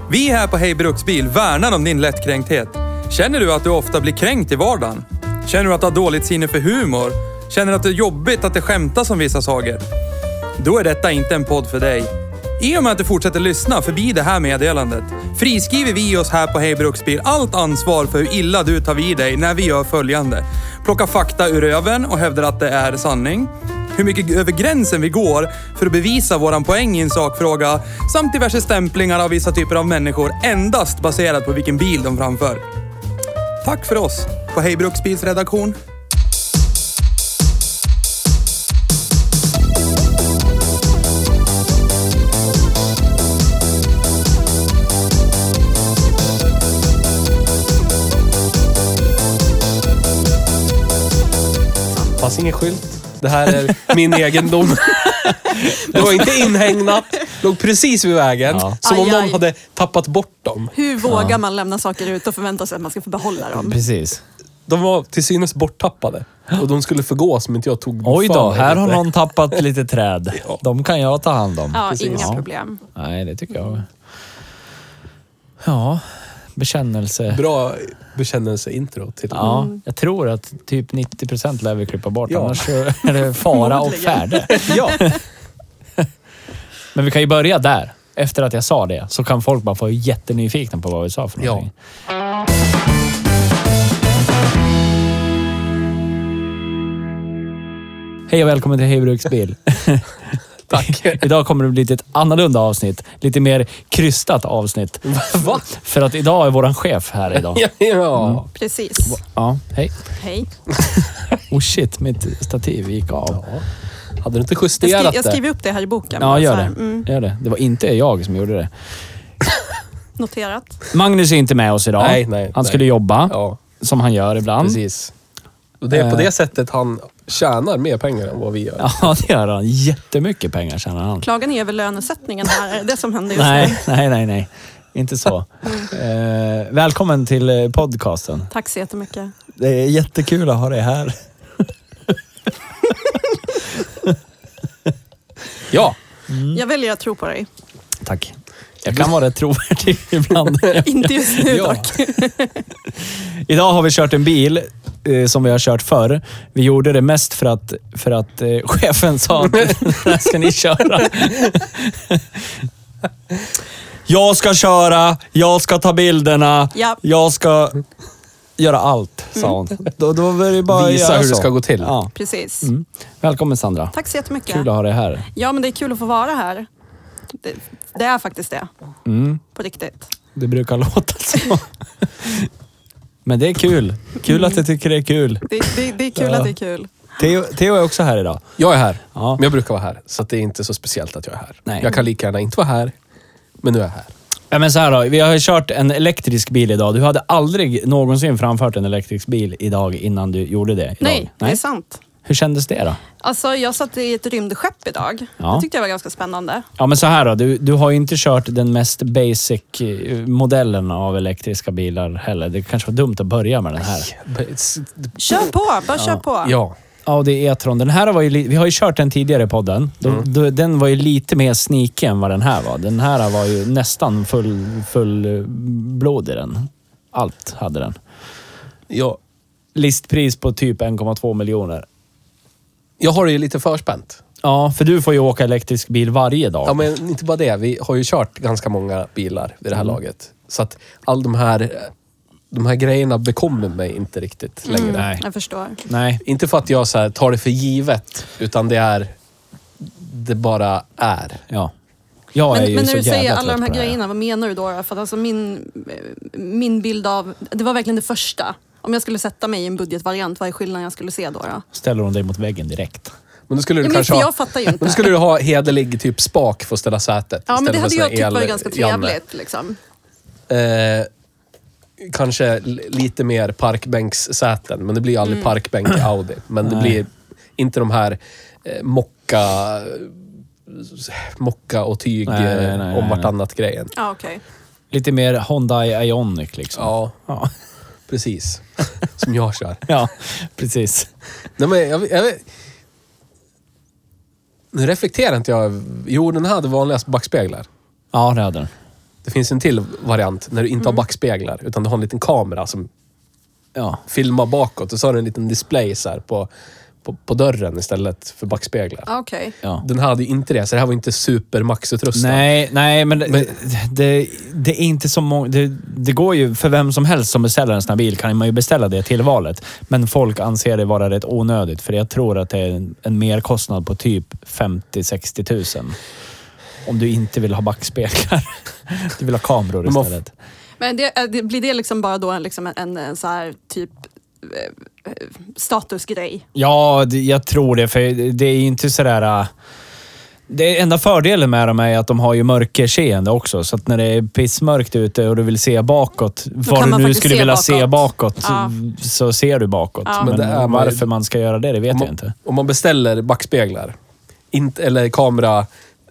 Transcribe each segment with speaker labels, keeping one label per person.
Speaker 1: Vi här på Hej Bruksbil värnar om din lättkränkthet. Känner du att du ofta blir kränkt i vardagen? Känner du att du har dåligt sinne för humor? Känner du att det är jobbigt att det skämtas om vissa saker? Då är detta inte en podd för dig. I och med att du fortsätter lyssna förbi det här meddelandet friskriver vi oss här på Hej Bruksbil allt ansvar för hur illa du tar vid dig när vi gör följande. Plocka fakta ur röven och hävdar att det är sanning. Hur mycket över gränsen vi går för att bevisa våran poäng i en sakfråga samt diverse stämplingar av vissa typer av människor endast baserat på vilken bil de framför. Tack för oss på Hej Bruksbils redaktion.
Speaker 2: Fanns ingen skylt. Det här är min egendom. Det var inte inhägnat. Låg precis vid vägen. Ja. Som om någon hade tappat bort dem.
Speaker 3: Hur vågar man lämna saker ut och förvänta sig att man ska få behålla dem?
Speaker 4: Precis.
Speaker 2: De var till synes borttappade. Och de skulle förgås om inte jag tog
Speaker 4: Oj då, här har någon tappat lite träd.
Speaker 2: Ja.
Speaker 4: De kan jag ta hand om.
Speaker 3: Ja, precis. Inga problem.
Speaker 4: Nej, det tycker jag. Ja, bekännelse.
Speaker 2: Bra bekännelseintro till.
Speaker 4: Ja, jag tror att typ 90% lär vi klippa bort. Ja. Annars är det fara och färde.
Speaker 2: Ja.
Speaker 4: Men vi kan ju börja där. Efter att jag sa det så kan folk bara få jättenyfikna på vad vi sa för någonting. Ja. Hej och välkommen till Hej Bruksbil.
Speaker 2: Tack.
Speaker 4: Idag kommer det bli ett annorlunda avsnitt. Lite mer krystat avsnitt.
Speaker 2: Va?
Speaker 4: För att idag är våran chef här idag.
Speaker 2: Ja.
Speaker 3: Precis.
Speaker 4: Ja, hej.
Speaker 3: Hej.
Speaker 4: Oh shit, mitt stativ gick av.
Speaker 2: Ja. Hade du inte justerat det?
Speaker 3: Jag skriver upp det här i boken.
Speaker 4: Ja, gör det. Gör det. Det var inte jag som gjorde det.
Speaker 3: Noterat.
Speaker 4: Magnus är inte med oss idag.
Speaker 2: Nej.
Speaker 4: Han skulle jobba.
Speaker 2: Ja.
Speaker 4: Som han gör ibland.
Speaker 2: Precis. Och det är på det sättet han tjänar mer pengar än vad vi gör.
Speaker 4: Ja, det gör han. Jättemycket pengar tjänar han.
Speaker 3: Klagan är över lönesättningen här. Det som händer just
Speaker 4: nu. Nej. Inte så. Välkommen till podcasten.
Speaker 3: Tack så jättemycket.
Speaker 4: Det är jättekul att ha dig här.
Speaker 2: Ja.
Speaker 3: Jag väljer att tro på dig.
Speaker 4: Tack. Jag kan vara rätt trovärdig ibland.
Speaker 3: Inte just nu dock.
Speaker 4: Idag har vi kört en bil som vi har kört förr. Vi gjorde det mest för att chefen sa att när ska ni köra? Jag ska köra, jag ska ta bilderna, jag ska göra allt, sa hon. Då var det bara
Speaker 2: visa hur det ska gå till.
Speaker 4: Ja.
Speaker 3: Precis.
Speaker 4: Välkommen Sandra.
Speaker 3: Tack så jättemycket.
Speaker 4: Kul att ha dig här.
Speaker 3: Ja, men det är kul att få vara här. Det är faktiskt det. På riktigt.
Speaker 4: Det brukar låta så. Men det är kul. Kul att du tycker det är kul.
Speaker 3: Det är kul att det är kul.
Speaker 4: Theo är också här idag.
Speaker 2: Jag är här.
Speaker 4: Ja.
Speaker 2: Men jag brukar vara här. Så att det är inte så speciellt att jag är här.
Speaker 4: Nej.
Speaker 2: Jag kan lika gärna inte vara här. Men nu är jag här.
Speaker 4: Ja, men så här då. Vi har ju kört en elektrisk bil idag. Du hade aldrig någonsin framfört en elektrisk bil idag innan du gjorde det idag.
Speaker 3: Nej, det är sant.
Speaker 4: Hur kändes det då?
Speaker 3: Alltså, jag satt i ett rymdskepp idag.
Speaker 4: Ja.
Speaker 3: Det tyckte jag var ganska spännande.
Speaker 4: Ja, men så här då. Du har ju inte kört den mest basic modellen av elektriska bilar heller. Det kanske var dumt att börja med den här.
Speaker 3: Kör på, bara kör på.
Speaker 2: Ja.
Speaker 4: Ja, det är E-tron. Den här var ju vi har ju kört den tidigare i podden. Den var ju lite mer sneaky än vad den här var. Den här var ju nästan full blod i den. Allt hade den.
Speaker 2: Ja.
Speaker 4: Listpris på typ 1,2 miljoner.
Speaker 2: Jag har det ju lite förspänt.
Speaker 4: Ja, för du får ju åka elektrisk bil varje dag.
Speaker 2: Ja, men inte bara det. Vi har ju kört ganska många bilar vid det här laget. Så att all de här grejerna bekommer mig inte riktigt längre.
Speaker 4: Nej.
Speaker 3: Jag förstår.
Speaker 4: Nej.
Speaker 2: Inte för att jag så här tar det för givet, utan det bara är.
Speaker 4: Ja. Jag är ju
Speaker 3: men
Speaker 4: så
Speaker 3: när du säger
Speaker 4: jävla
Speaker 3: alla de här
Speaker 4: trött på det här.
Speaker 3: grejerna, vad menar du då? För att alltså min bild av... Det var verkligen det första. Om jag skulle sätta mig i en budgetvariant, vad är skillnaden jag skulle se då?
Speaker 4: Ställer hon dig mot väggen direkt.
Speaker 2: Men då skulle du
Speaker 3: Ja,
Speaker 2: kanske
Speaker 3: men
Speaker 2: ha...
Speaker 3: jag fattar ju inte.
Speaker 2: Men då skulle du ha hederlig typ spak för att ställa sätet.
Speaker 3: Ja, men det hade jag
Speaker 2: tyckt
Speaker 3: tyckt varit ganska trevligt. Liksom.
Speaker 2: Kanske lite mer parkbänkssäten. Men det blir aldrig parkbänk i Audi. Men det blir inte de här mocka och tyg om vartannat grejen.
Speaker 3: Ja, okej.
Speaker 4: Lite mer Hyundai Ioniq liksom.
Speaker 2: Ja. Precis. Som jag kör.
Speaker 4: Ja, precis.
Speaker 2: Nej, men jag vet... Nu reflekterar inte jag. Jo, den hade vanligast backspeglar.
Speaker 4: Ja, det hade den.
Speaker 2: Det finns en till variant när du inte har backspeglar, utan du har en liten kamera som filmar bakåt. Och så har du en liten display så här på dörren istället för backspeglar.
Speaker 3: Okej.
Speaker 4: Ja.
Speaker 2: Den hade ju inte det, så det här var inte supermaxutrustad.
Speaker 4: Nej, men det är inte så många... Det går ju för vem som helst som beställer en sån här bil kan man ju beställa det till valet. Men folk anser det vara rätt onödigt, för jag tror att det är en merkostnad på typ 50-60 000. Om du inte vill ha backspeglar. Du vill ha kameror istället.
Speaker 3: Men blir det liksom bara då en så här typ statusgrej?
Speaker 4: Ja, jag tror det. För det är inte sådär... Det enda fördelen med dem är att de har ju mörkerseende också. Så att när det är pissmörkt ute och du vill se bakåt, var du nu skulle vilja se bakåt, så ser du bakåt. Ja. Men varför man ska göra det vet jag inte.
Speaker 2: Om man beställer backspeglar, eller kamera...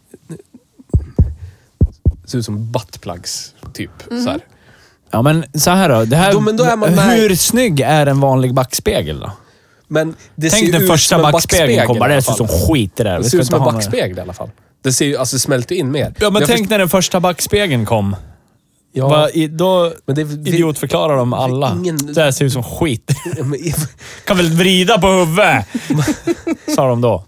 Speaker 2: ser ut som buttplugs, typ. Så här.
Speaker 4: Ja, men så här då. Det här,
Speaker 2: då är man
Speaker 4: hur snygg är en vanlig backspegel då?
Speaker 2: Men det
Speaker 4: tänk den första backspegeln kommer. Det ser ut som skit det där.
Speaker 2: Det ser ut som en backspegel i alla fall. Det ser ju, alltså smälter in mer.
Speaker 4: Ja, men tänk när den första backspegeln kom. Ja. Då idiotförklarar de alla. Det här ser ut som skit. Kan väl vrida på huvudet, sa de då.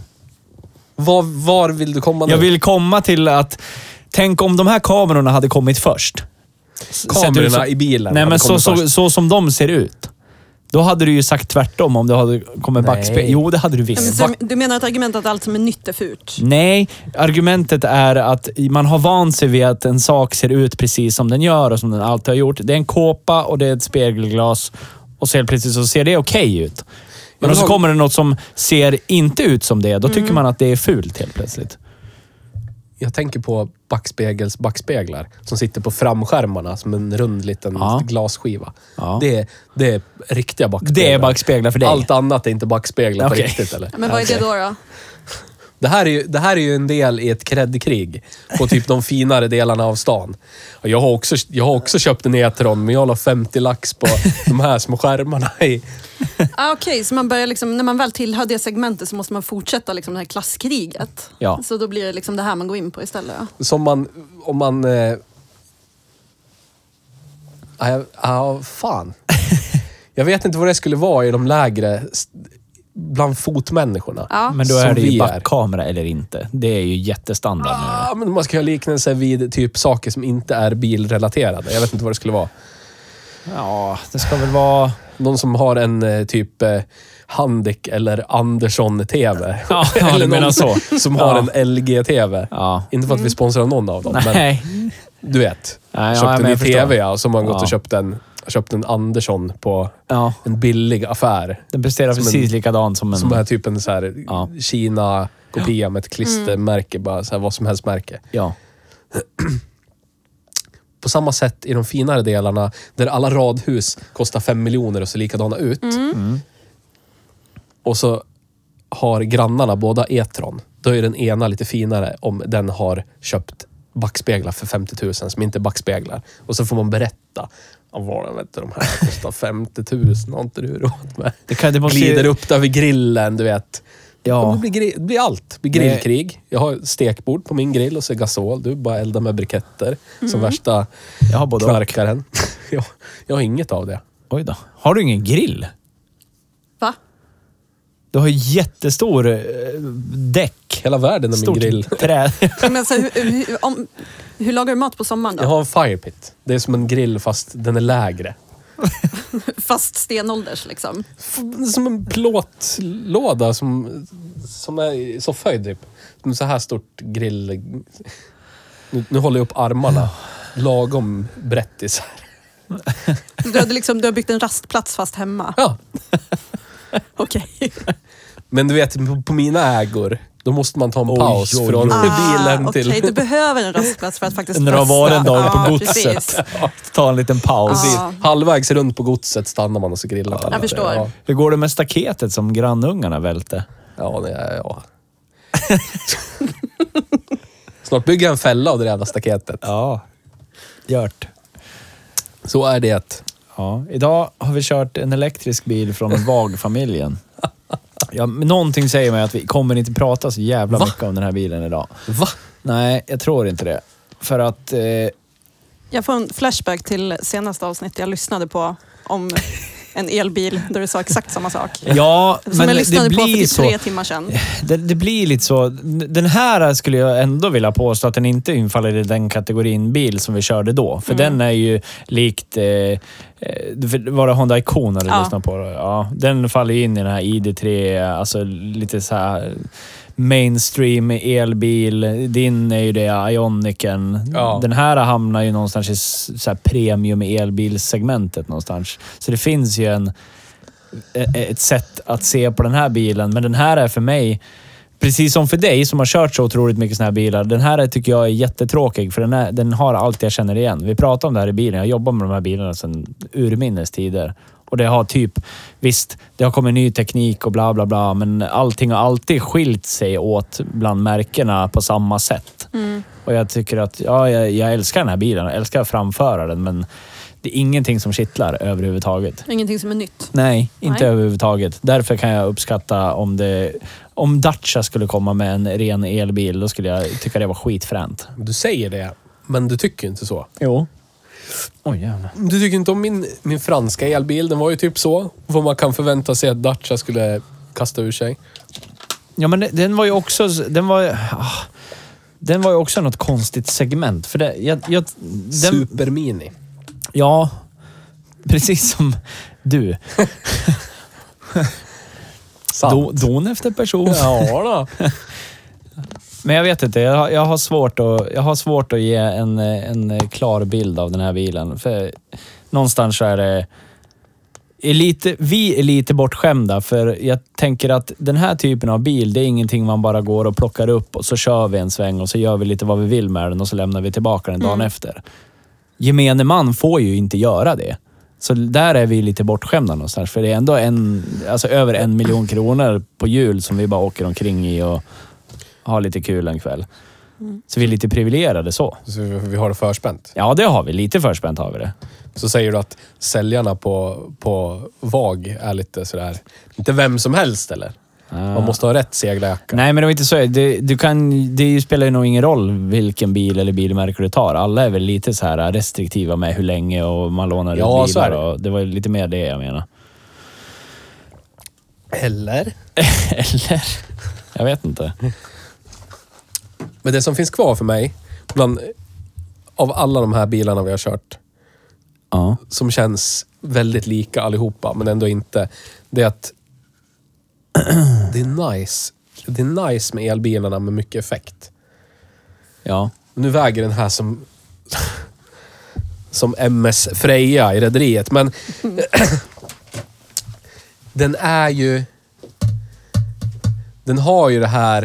Speaker 2: Var vill du komma nu?
Speaker 4: Jag vill komma till att... Tänk om de här kamerorna hade kommit först.
Speaker 2: Kamerorna i bilen.
Speaker 4: Nej, men så som de ser ut. Då hade du ju sagt tvärtom om du hade kommit backspegel. Jo, det hade du visst.
Speaker 3: Men du menar att argumentet att allt som är nytt är fult?
Speaker 4: Nej, argumentet är att man har vant sig vid att en sak ser ut precis som den gör och som den alltid har gjort. Det är en kåpa och det är ett spegelglas och så helt plötsligt så ser det okej ut. Men så kommer det något som ser inte ut som det. Då tycker man att det är fult helt plötsligt.
Speaker 2: Jag tänker på backspeglar som sitter på framskärmarna som en rund liten glasskiva. Ja. Det är riktiga backspeglar.
Speaker 4: Det är backspeglar för dig.
Speaker 2: Allt annat är inte backspeglar på riktigt, eller?
Speaker 3: Men vad är det då?
Speaker 2: Det här är ju en del i ett kreddkrig på typ de finare delarna av stan. Och jag har också köpt en E-tron, men jag la 50 lax på de här små skärmarna i.
Speaker 3: Okej, så man börjar liksom, när man väl tillhör det segmentet så måste man fortsätta liksom det här klasskriget.
Speaker 4: Ja.
Speaker 3: Så då blir det liksom det här man går in på istället.
Speaker 2: Som om man fan. Jag vet inte vad det skulle vara i de lägre bland fotmänniskorna.
Speaker 4: Ja. Men då är det ju backkamera eller inte. Det är ju jättestandard nu.
Speaker 2: Ja, men man ska ha liknelse vid typ saker som inte är bilrelaterade. Jag vet inte vad det skulle vara.
Speaker 4: Ja, det ska väl vara...
Speaker 2: Någon som har en typ Handik eller Andersson-TV.
Speaker 4: Ja,
Speaker 2: eller någon
Speaker 4: så.
Speaker 2: Som har en LG-TV.
Speaker 4: Ja.
Speaker 2: Inte för att vi sponsrar någon av dem.
Speaker 4: Nej.
Speaker 2: Men du vet.
Speaker 4: Nej,
Speaker 2: köpte en TV och så har man gått och köpt en Andersson på en billig affär.
Speaker 4: Den presterar precis likadant som en...
Speaker 2: Som är typ en så här Kina-kopia med ett klistermärke. Bara så här, vad som helst märke.
Speaker 4: Ja.
Speaker 2: På samma sätt i de finare delarna där alla radhus kostar 5 miljoner och ser likadana ut. Och så har grannarna båda E-tron. Då är den ena lite finare om den har köpt backspeglar för 50 000 som inte är backspeglar. Och så får man berätta. Vet du, de här kostar 50 000. Har inte du råd med? Glider upp där vid grillen, du vet. Ja. Det blir allt. Det blir grillkrig. Jag har stekbord på min grill och så gasol. Du bara eldar med briketter. Som värsta knarkaren. Jag har inget av det.
Speaker 4: Oj då. Har du ingen grill?
Speaker 3: Va?
Speaker 4: Du har jättestor däck.
Speaker 2: Hela världen är min grill.
Speaker 4: Träd.
Speaker 3: Men så, hur lagar du mat på sommaren då?
Speaker 2: Jag har en firepit. Det är som en grill fast den är lägre.
Speaker 3: Fast stenålders liksom.
Speaker 2: Som en plåtlåda som är så höjd typ. Som så här stort grill. Nu håller jag upp armarna. Lagom brett isär.
Speaker 3: Du har byggt en rastplats fast hemma?
Speaker 2: Ja.
Speaker 3: Okej.
Speaker 2: Men du vet, på mina ägor, då måste man ta en paus från bilen till...
Speaker 3: Okej, du behöver en rastplats för att faktiskt rasta.
Speaker 4: När du har varit en dag på godset. Ta en liten paus.
Speaker 2: Halvvägs runt på godset stannar man och så grillar man.
Speaker 3: Jag förstår.
Speaker 2: Ja.
Speaker 4: Hur går det med staketet som grannungarna välte?
Speaker 2: Ja. Snart bygger jag en fälla av det jävla staketet.
Speaker 4: Ja, gjort.
Speaker 2: Så är det.
Speaker 4: Ja, idag har vi kört en elektrisk bil från VAG-familjen. Ja, men någonting säger mig att vi kommer inte prata så jävla mycket om den här bilen idag.
Speaker 2: Va?
Speaker 4: Nej, jag tror inte det. För att
Speaker 3: Jag får en flashback till senaste avsnittet jag lyssnade på om en elbil där du sa exakt samma sak.
Speaker 4: Ja,
Speaker 3: Som
Speaker 4: men
Speaker 3: jag lyssnade
Speaker 4: det
Speaker 3: på
Speaker 4: blir
Speaker 3: för
Speaker 4: så.
Speaker 3: 3 timmar sedan.
Speaker 4: Det blir lite så. Den här skulle jag ändå vilja påstå att den inte infaller i den kategorin bil som vi körde då. För den är ju likt... var det Honda Icon du lyssnade på? Ja, den faller in i den här ID3, alltså lite så här mainstream elbil. Din är ju det, Ionicen.
Speaker 2: Ja.
Speaker 4: Den här hamnar ju någonstans i så här premium elbilssegmentet någonstans. Så det finns ju ett sätt att se på den här bilen. Men den här är för mig, precis som för dig som har kört så otroligt mycket såna här bilar, den här tycker jag är jättetråkig för den har allt jag känner igen. Vi pratar om det här i bilen. Jag jobbar med de här bilarna sedan urminnes tider. Och det har visst, det har kommit ny teknik och bla bla bla, men allting har alltid skilt sig åt bland märkena på samma sätt. Och jag tycker att, jag älskar den här bilen. Jag älskar att framföra den, men det är ingenting som kittlar överhuvudtaget.
Speaker 3: Ingenting som är nytt.
Speaker 4: Nej, inte överhuvudtaget. Därför kan jag uppskatta om Dacia skulle komma med en ren elbil, då skulle jag tycka det var skitfränt.
Speaker 2: Du säger det, men du tycker inte så.
Speaker 4: Jo. Oj, jävlar.
Speaker 2: Du tycker inte om min franska elbil. Den var ju typ så. Vad man kan förvänta sig att Dacia skulle kasta ur sig.
Speaker 4: Ja, men den var ju också... Den var ju också något konstigt segment. För det,
Speaker 2: Supermini.
Speaker 4: Ja, precis som du. Don efter person.
Speaker 2: Ja då.
Speaker 4: Men jag vet inte, jag har svårt att ge en klar bild av den här bilen. För någonstans så är det... Vi är lite bortskämda, för jag tänker att den här typen av bil, det är ingenting man bara går och plockar upp och så kör vi en sväng och så gör vi lite vad vi vill med den och så lämnar vi tillbaka den dagen efter. Gemene man får ju inte göra det. Så där är vi lite bortskämda någonstans, för det är ändå över 1 miljon kronor på hjul som vi bara åker omkring i och har lite kul en kväll. Så vi är lite privilegierade så.
Speaker 2: Så vi har det förspänt.
Speaker 4: Ja, det har vi. Lite förspänt har vi det.
Speaker 2: Så säger du att säljarna på VAG är lite sådär... Inte vem som helst, eller? Man måste ha rätt seglarjacka.
Speaker 4: Nej, men det var inte så. Det spelar ju nog ingen roll vilken bil eller bilmärke du tar. Alla är väl lite så här restriktiva med hur länge och man lånar ut bilar.
Speaker 2: Så är det.
Speaker 4: Och det var lite mer det jag menar.
Speaker 2: Eller?
Speaker 4: Eller? Jag vet inte.
Speaker 2: Men det som finns kvar för mig, av alla de här bilarna vi har kört, som känns väldigt lika allihopa, men ändå inte, det är att det är nice. Det är nice med elbilarna med mycket effekt.
Speaker 4: Ja.
Speaker 2: Nu väger den här som MS Freja i rederiet, men den har ju det här.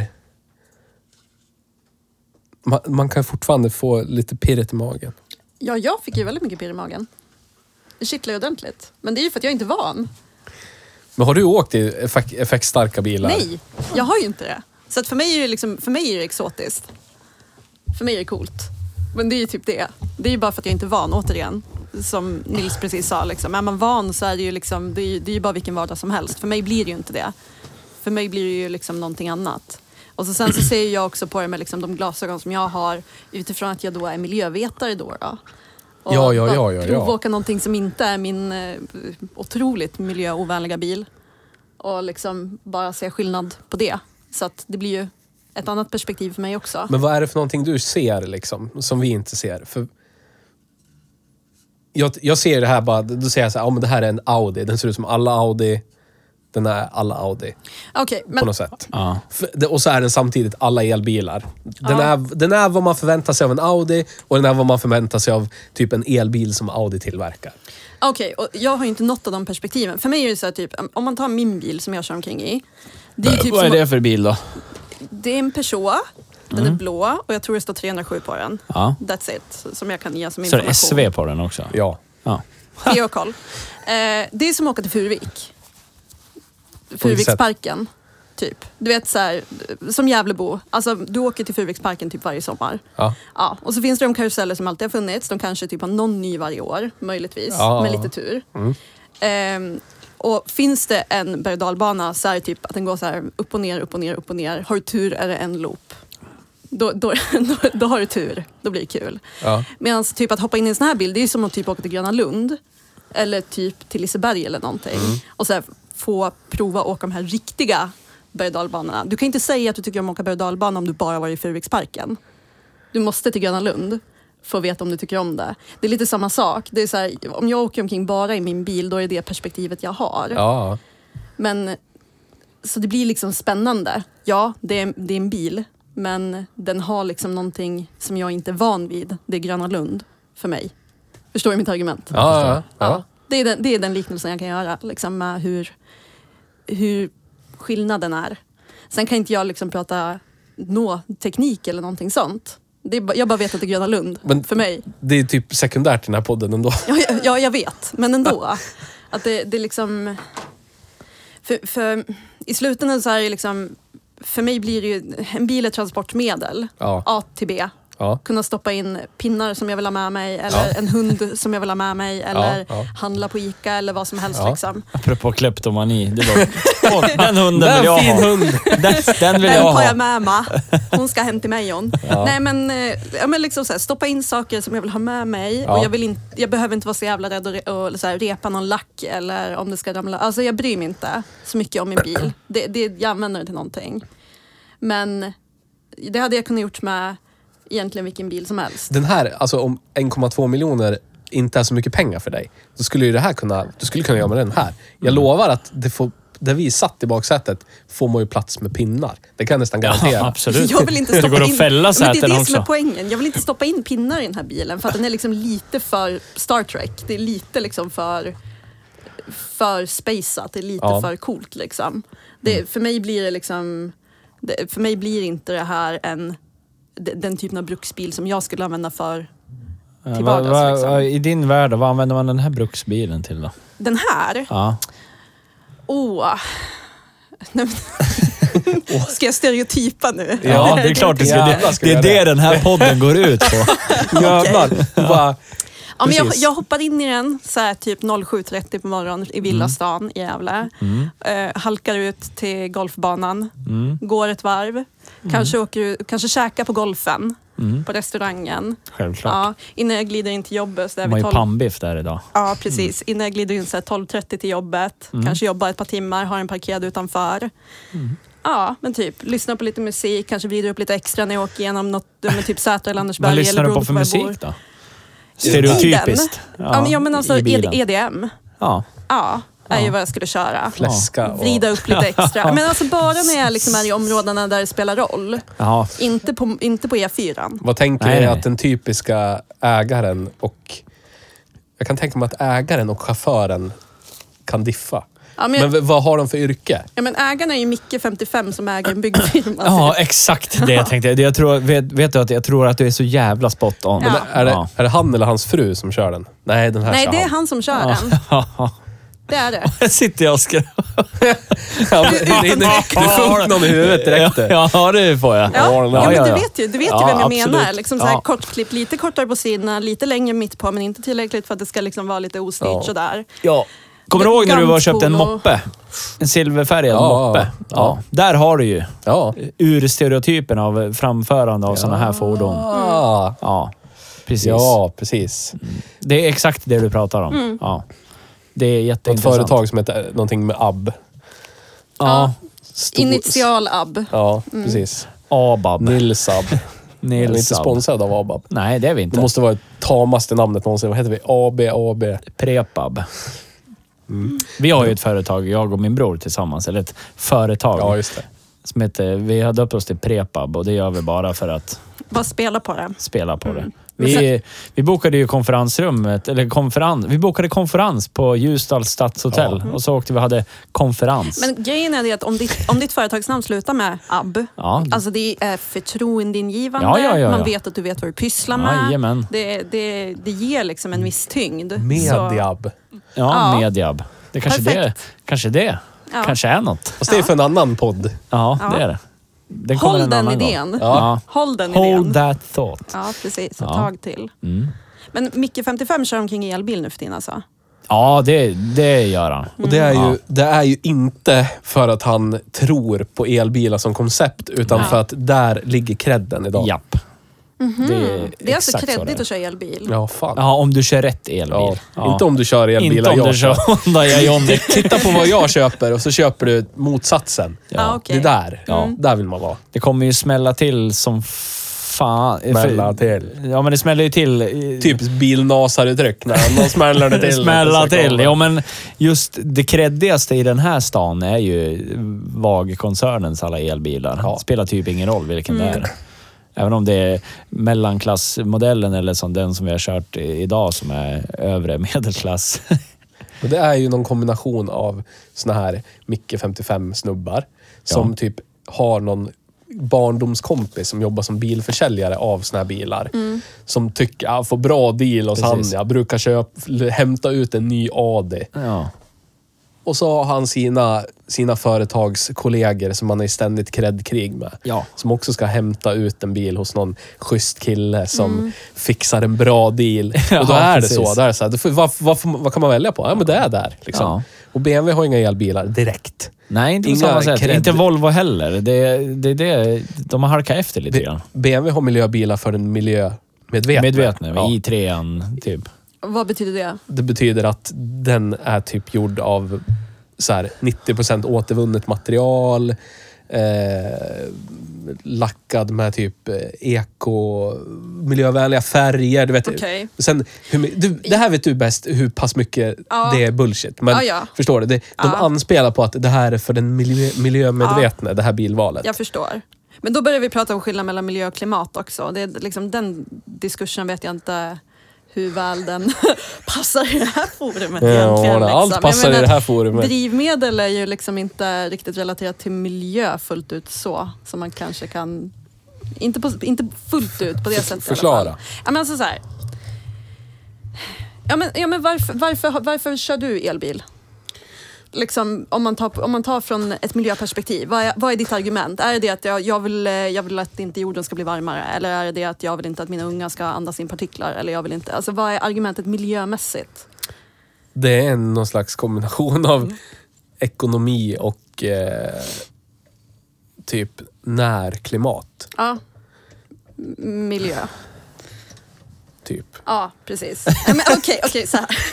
Speaker 2: Man kan fortfarande få lite pirret i magen.
Speaker 3: Ja, jag fick ju väldigt mycket pirr i magen. Det kittlar ju ordentligt. Men det är ju för att jag inte är van.
Speaker 2: Men har du åkt i effektstarka bilar?
Speaker 3: Nej, jag har ju inte det. Så att för mig är det exotiskt. För mig är det coolt. Men det är ju typ det. Det är ju bara för att jag inte är van, återigen. Som Nils precis sa, liksom. Är man van så är det ju liksom, det är ju bara vilken vardag som helst. För mig blir det ju inte det. För mig blir det ju liksom någonting annat. Och sen så ser jag också på det med liksom de glasögon som jag har utifrån att jag då är miljövetare då. Och provåka någonting som inte är min otroligt miljöovänliga bil. Och liksom bara se skillnad på det. Så att det blir ju ett annat perspektiv för mig också.
Speaker 2: Men vad är det för någonting du ser liksom, som vi inte ser? För jag ser det här bara, då säger jag så här, men det här är en Audi. Den ser ut som alla Audi. Den är alla Audi.
Speaker 3: Okay, men...
Speaker 2: På något sätt.
Speaker 4: Ja.
Speaker 2: Och så är den samtidigt alla elbilar. Den är vad man förväntar sig av en Audi, och den är vad man förväntar sig av typ en elbil som Audi tillverkar.
Speaker 3: Okej, och jag har ju inte något av de perspektiven. För mig är det så här, typ, om man tar min bil som jag kör omkring i. Det är typ
Speaker 4: vad är det för bil då?
Speaker 3: Det är en Peugeot. Den är blå och jag tror det står 307 på den.
Speaker 4: Ja.
Speaker 3: That's it, som jag kan ge som
Speaker 4: så
Speaker 3: information.
Speaker 4: Så det är SV på den också?
Speaker 2: Ja.
Speaker 3: Det är koll. Det är som att åka till Furuvik. Furuviksparken, typ. Du vet så här, som Gävlebo. Alltså, du åker till Furuviksparken typ varje sommar. Ja. Och så finns det de karuseller som alltid har funnits. De kanske typ har någon ny varje år, möjligtvis. Med lite tur. Och finns det en berg- och dalbana så är det typ att den går så här upp och ner, upp och ner, upp och ner. Har du tur är det en loop. då har du tur. Då blir det kul.
Speaker 1: Ja.
Speaker 3: Medan typ att hoppa in i en sån här bil, det är som att typ åka till Gröna Lund. Eller typ till Liseberg eller någonting. Och så här, få prova att åka de här riktiga berg- och dalbanorna. Du kan inte säga att du tycker om att åka berg- och dalbana om du bara var i Furuviksparken. Du måste till Gröna Lund för att veta om du tycker om det. Det är lite samma sak. Det är så här, om jag åker omkring bara i min bil, då är det perspektivet jag har.
Speaker 1: Ja.
Speaker 3: Men så det blir liksom spännande. Ja, det är en bil. Men den har liksom någonting som jag inte är van vid. Det är Gröna Lund för mig. Förstår du mitt argument?
Speaker 1: Ja.
Speaker 3: Det är den liknelsen jag kan göra. Liksom med hur skillnaden är. Sen kan inte jag liksom prata teknik eller någonting sånt. Jag bara vet att det är Gröna Lund för mig.
Speaker 2: Det är typ sekundärt i den här podden ändå.
Speaker 3: Ja, jag vet. Men ändå. Att det är liksom... För i slutändan så är det liksom... För mig blir det ju en bil ett transportmedel.
Speaker 2: Ja.
Speaker 3: A till B.
Speaker 2: Ja.
Speaker 3: Kunna stoppa in pinnar som jag vill ha med mig. Eller en hund som jag vill ha med mig. Eller handla på Ica eller vad som helst. Liksom.
Speaker 4: Apropå kleptomani. Det var, den hunden vill jag
Speaker 2: fin
Speaker 4: ha.
Speaker 2: hund.
Speaker 4: Den vill
Speaker 3: Den
Speaker 4: jag
Speaker 3: tar jag
Speaker 4: ha.
Speaker 3: med mig. Hon ska hem till mig hon. Nej men liksom så här, stoppa in saker som jag vill ha med mig.
Speaker 2: Ja.
Speaker 3: Och jag behöver inte vara så jävla rädd och så här, repa någon lack. Eller om det ska ramla. Alltså jag bryr mig inte så mycket om min bil. Jag använder det till någonting. Men det hade jag kunnat gjort med egentligen vilken bil som helst.
Speaker 2: Den här, alltså om 1,2 miljoner inte är så mycket pengar för dig, då skulle ju det här du skulle kunna göra med den här. Jag lovar att där vi satt i baksätet får man ju plats med pinnar. Det kan jag nästan garantera.
Speaker 4: Ja, absolut.
Speaker 3: Jag vill inte
Speaker 4: det
Speaker 3: stoppa
Speaker 4: går
Speaker 3: in...
Speaker 4: att fälla
Speaker 3: Men det är
Speaker 4: säten
Speaker 3: det som
Speaker 4: också.
Speaker 3: är poängen. Jag vill inte stoppa in pinnar i den här bilen för att den är liksom lite för Star Trek. Det är lite liksom för spaceat. Det är lite för coolt liksom. För mig blir det liksom... För mig blir inte det här den typen av bruksbil som jag skulle använda till vardags. Liksom.
Speaker 4: I din värld, vad använder man den här bruksbilen till då?
Speaker 3: Den här?
Speaker 4: Ja.
Speaker 3: Ska jag stereotypa nu?
Speaker 4: Ja, det är klart det ska. Det är det den här podden går ut på.
Speaker 2: Jävlar. Bara,
Speaker 3: Ja, men jag hoppade in i den så här, typ 07.30 på morgonen i Villastan i Gävle. Halkar ut till golfbanan. Går ett varv. Kanske käkar på golfen. På restaurangen.
Speaker 4: Självklart.
Speaker 3: Ja, innan jag glider in till jobbet. Så
Speaker 4: De har ju pannbiff där idag.
Speaker 3: Ja, precis. Innan jag glider in så här 12.30 till jobbet. Kanske jobbar ett par timmar, har en parkerad utanför. Ja, men typ lyssnar på lite musik. Kanske vrider upp lite extra när jag åker igenom något med typ Säter eller Andersberg.
Speaker 4: Vad lyssnar du på för musik då? Stereotypiskt.
Speaker 3: Men alltså EDM.
Speaker 4: Ja.
Speaker 3: Ja, är ju vad jag skulle köra.
Speaker 2: fläska och...
Speaker 3: Vrida upp lite extra. Men alltså bara när jag liksom är i områdena där det spelar roll.
Speaker 4: Ja.
Speaker 3: Inte på E4.
Speaker 2: Vad tänker
Speaker 4: Nej.
Speaker 2: du att den typiska ägaren och... Jag kan tänka mig att ägaren och chauffören kan diffa.
Speaker 3: Ja,
Speaker 2: Men vad har de för yrke?
Speaker 3: Ja, men ägarna är ju Micke 55 som äger en byggfirma.
Speaker 4: Ja, exakt det jag tänkte. Jag tror, vet du att jag tror att du är så jävla spot on.
Speaker 3: Ja.
Speaker 2: Är det han eller hans fru som kör den? Nej, den här
Speaker 3: Nej,
Speaker 2: kör
Speaker 3: det är han som kör den. Det är det.
Speaker 4: Här sitter jag och skrattar.
Speaker 2: Ja, du får någon i huvudet direkt.
Speaker 4: Ja, det får jag.
Speaker 3: Ja, men du vet ju vem jag
Speaker 4: absolut.
Speaker 3: menar. Liksom så här
Speaker 4: Ja.
Speaker 3: kortklipp, lite kortare på sidorna, lite längre mitt på, men inte tillräckligt för att det ska liksom vara lite ostyrt sådär.
Speaker 4: Ja. Kommer du ihåg när du var och köpte en
Speaker 3: Gantspolo.
Speaker 4: moppe? En silverfärgad
Speaker 2: Ja,
Speaker 4: moppe.
Speaker 2: ja.
Speaker 4: Där har du ju
Speaker 2: Ja.
Speaker 4: ur stereotypen av framförande av sådana här fordon. Ja, precis.
Speaker 2: Ja, precis.
Speaker 4: Det är exakt det du pratar om. Ja. Det är
Speaker 2: Ett
Speaker 4: jätteintressant.
Speaker 2: företag som heter någonting med AB.
Speaker 4: Ja.
Speaker 3: Initial AB.
Speaker 2: Ja, precis.
Speaker 4: ABAB.
Speaker 2: Nils AB. Vi är inte
Speaker 4: Nils AB.
Speaker 2: sponsrade av ABAB.
Speaker 4: Nej, det är vi
Speaker 2: Det
Speaker 4: inte.
Speaker 2: måste vara det tamaste namnet någonsin. Vad heter vi? AB.
Speaker 4: Prepab. Vi har ju ett företag, jag och min bror tillsammans. Eller ett företag.
Speaker 2: Ja, just det.
Speaker 4: Som heter, vi har döpt oss till Prepab och det gör vi bara för att
Speaker 3: Bara spela på det.
Speaker 4: spela på det.
Speaker 3: Men
Speaker 4: Vi bokade ju konferensrummet, vi bokade konferens på Ljusdals stadshotell och så åkte vi och hade konferens.
Speaker 3: Men grejen är det att om ditt företagsnamn slutar med AB,
Speaker 4: Ja.
Speaker 3: alltså det är förtroendeingivande,
Speaker 4: Ja.
Speaker 3: man vet att du vet vad du pysslar med.
Speaker 4: Jajamän.
Speaker 3: Det ger liksom en viss tyngd. Så,
Speaker 2: Mediab.
Speaker 4: Ja, Mediab. Det kanske
Speaker 3: Perfekt. Ja.
Speaker 4: kanske är något.
Speaker 2: Fast det är för en annan podd.
Speaker 4: Ja,
Speaker 3: Ja.
Speaker 4: det är det. Den kommer
Speaker 3: håll
Speaker 4: en
Speaker 3: den
Speaker 4: annan gång.
Speaker 3: idén.
Speaker 4: Ja.
Speaker 3: Håll den
Speaker 4: Hold
Speaker 3: idén.
Speaker 4: that thought.
Speaker 3: Ja, precis. Ett
Speaker 4: Ja.
Speaker 3: tag till. Men Micke 55 kör omkring i elbil nu för tiden alltså?
Speaker 4: Ja, det gör han.
Speaker 2: Och det är ju inte för att han tror på elbilar som koncept, utan för att där ligger credden idag.
Speaker 4: Japp.
Speaker 3: Det är alltså
Speaker 4: exakt så
Speaker 3: kreddigt
Speaker 4: det är.
Speaker 3: att köra elbil.
Speaker 2: Ja, fan.
Speaker 4: Ja, om du kör rätt elbil.
Speaker 2: Ja. Inte om du kör elbilar.
Speaker 4: Inte om du kör Honda Ioniq.
Speaker 2: Titta på vad jag köper och så köper du motsatsen.
Speaker 3: Ja, okej.
Speaker 2: Det där. Ja, där vill man vara.
Speaker 4: Det kommer ju smälla till som fan.
Speaker 2: Smälla till.
Speaker 4: Ja, men det smäller ju till.
Speaker 2: Typiskt bilnasaruttryck när man smäller det till.
Speaker 4: Smälla till. Ja, men just det kreddigaste i den här stan är ju VAG-koncernens alla elbilar.
Speaker 2: Ja.
Speaker 4: Det spelar typ ingen roll vilken det är. Även om det är mellanklassmodellen eller som den som vi har kört idag som är övre medelklass.
Speaker 2: Och det är ju någon kombination av såna här Micke 55-snubbar som typ har någon barndomskompis som jobbar som bilförsäljare av såna här bilar. Som tycker, får bra deal hos han. Jag brukar hämta ut en ny Audi.
Speaker 4: Ja.
Speaker 2: Och så har han sina företagskollegor som han är i ständigt kreddkrig med.
Speaker 4: Ja.
Speaker 2: Som också ska hämta ut en bil hos någon schysst kille som fixar en bra deal.
Speaker 4: Ja,
Speaker 2: och då är
Speaker 4: precis.
Speaker 2: det så. Där, så här, vad kan man välja på? Ja, men det är där. Liksom.
Speaker 4: Ja.
Speaker 2: Och BMW har inga elbilar direkt.
Speaker 4: Nej, inte på
Speaker 2: Inga
Speaker 4: samma sätt.
Speaker 2: cred.
Speaker 4: Inte Volvo heller. Det, de har halkat efter lite grann.
Speaker 2: BMW har miljöbilar för den miljömedvetna.
Speaker 4: Medvetna,
Speaker 2: Ja.
Speaker 4: i3an typ.
Speaker 3: Vad betyder det?
Speaker 2: Det betyder att den är typ gjord av så här 90% återvunnet material, lackad med typ miljövänliga färger. Du vet.
Speaker 3: Okej.
Speaker 2: Sen, det här vet du bäst hur pass mycket det är bullshit. Men förstår du? De anspelar på att det här är för den miljömedvetna, det här bilvalet.
Speaker 3: Jag förstår. Men då börjar vi prata om skillnad mellan miljö och klimat också. Det är liksom, den diskursen vet jag inte hur väl den passar i det här forumet egentligen.
Speaker 2: Allt passar i det här forumet.
Speaker 3: Drivmedel är ju liksom inte riktigt relaterat till miljö fullt ut så. Som man kanske kan... Inte fullt ut på det sättet.
Speaker 2: Förklara.
Speaker 3: Ja, men alltså så här. Ja, men varför kör du elbil? Liksom, om man tar från ett miljöperspektiv, vad är ditt argument? Är det att jag vill att inte jorden ska bli varmare? Eller är det att jag vill inte att mina unga ska andas in partiklar? Eller jag vill inte... Alltså, vad är argumentet miljömässigt?
Speaker 2: Det är någon slags kombination av ekonomi och typ närklimat.
Speaker 3: Ja. Miljö.
Speaker 2: Typ.
Speaker 3: Ja, precis. Men okej, så här.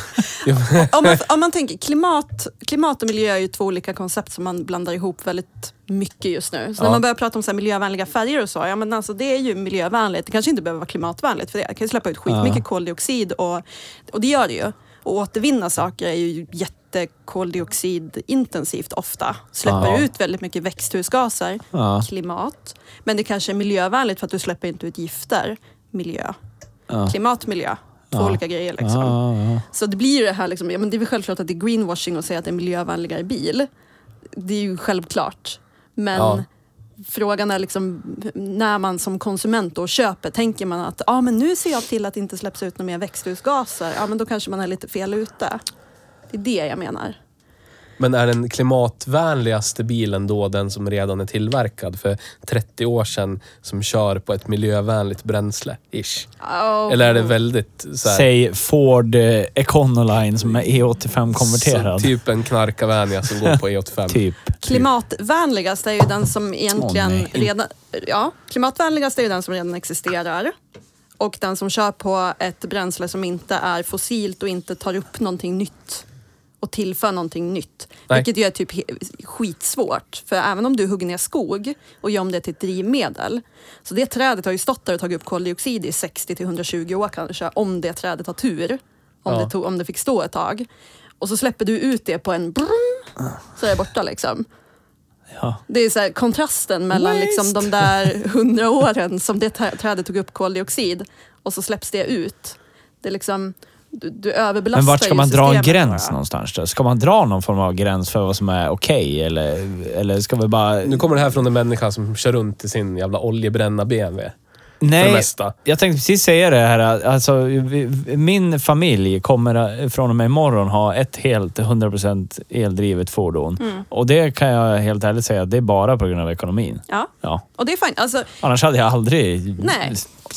Speaker 3: Om man tänker, klimat och miljö är ju två olika koncept som man blandar ihop väldigt mycket just nu. Så när man börjar prata om så här miljövänliga färger och så, ja men alltså det är ju miljövänligt. Det kanske inte behöver vara klimatvänligt för det. Det kan ju släppa ut skitmycket koldioxid och det gör det ju. Och återvinna saker är ju jättekoldioxidintensivt ofta. Släpper ut väldigt mycket växthusgaser, klimat. Men det kanske är miljövänligt för att du släpper inte ut gifter, miljö. Klimatmiljö. Två olika grejer liksom. Så det blir det här liksom, ja, men det är väl självklart att det är greenwashing att säga att det är miljövänligare bil. Det är ju självklart. Men frågan är liksom, när man som konsument då köper, tänker man att men nu ser jag till att det inte släpps ut några mer växthusgaser. Ja, men då kanske man är lite fel ute. Det är det jag menar.
Speaker 2: Men är den klimatvänligaste bilen då den som redan är tillverkad för 30 år sedan som kör på ett miljövänligt bränsle? Ish. Eller är det väldigt så här,
Speaker 4: säg Ford Econoline som är E85-konverterad.
Speaker 2: typ en knarkavänja som går på E85.
Speaker 4: Typ.
Speaker 3: Klimatvänligast är ju den som egentligen klimatvänligast är ju den som redan existerar. Och den som kör på ett bränsle som inte är fossilt och inte tar upp någonting nytt. Och tillför någonting nytt.
Speaker 2: Nej.
Speaker 3: Vilket ju är typ skitsvårt. För även om du hugger ner skog och gör om det till ett drivmedel. Så det trädet har ju stått där och tagit upp koldioxid i 60-120 år kanske. Om det trädet har tur. Om det fick stå ett tag. Och så släpper du ut det på en så är det borta liksom.
Speaker 4: Ja.
Speaker 3: Det är så här, kontrasten mellan liksom, de där 100 åren som det trädet tog upp koldioxid. Och så släpps det ut. Det är liksom... Du överbelastar.
Speaker 4: Men vart ska man dra en gräns
Speaker 3: bara
Speaker 4: någonstans då? Ska man dra någon form av gräns för vad som är okej? Eller ska vi bara...
Speaker 2: Nu kommer det här från en människa som kör runt i sin jävla oljebränna BMW.
Speaker 4: Nej, jag tänkte precis säga det här. Alltså, min familj kommer från och med imorgon ha ett helt 100% eldrivet fordon. Och det kan jag helt ärligt säga, det är bara på grund av ekonomin.
Speaker 3: Ja. Och det är fint. Alltså,
Speaker 4: annars hade jag aldrig...
Speaker 3: Nej.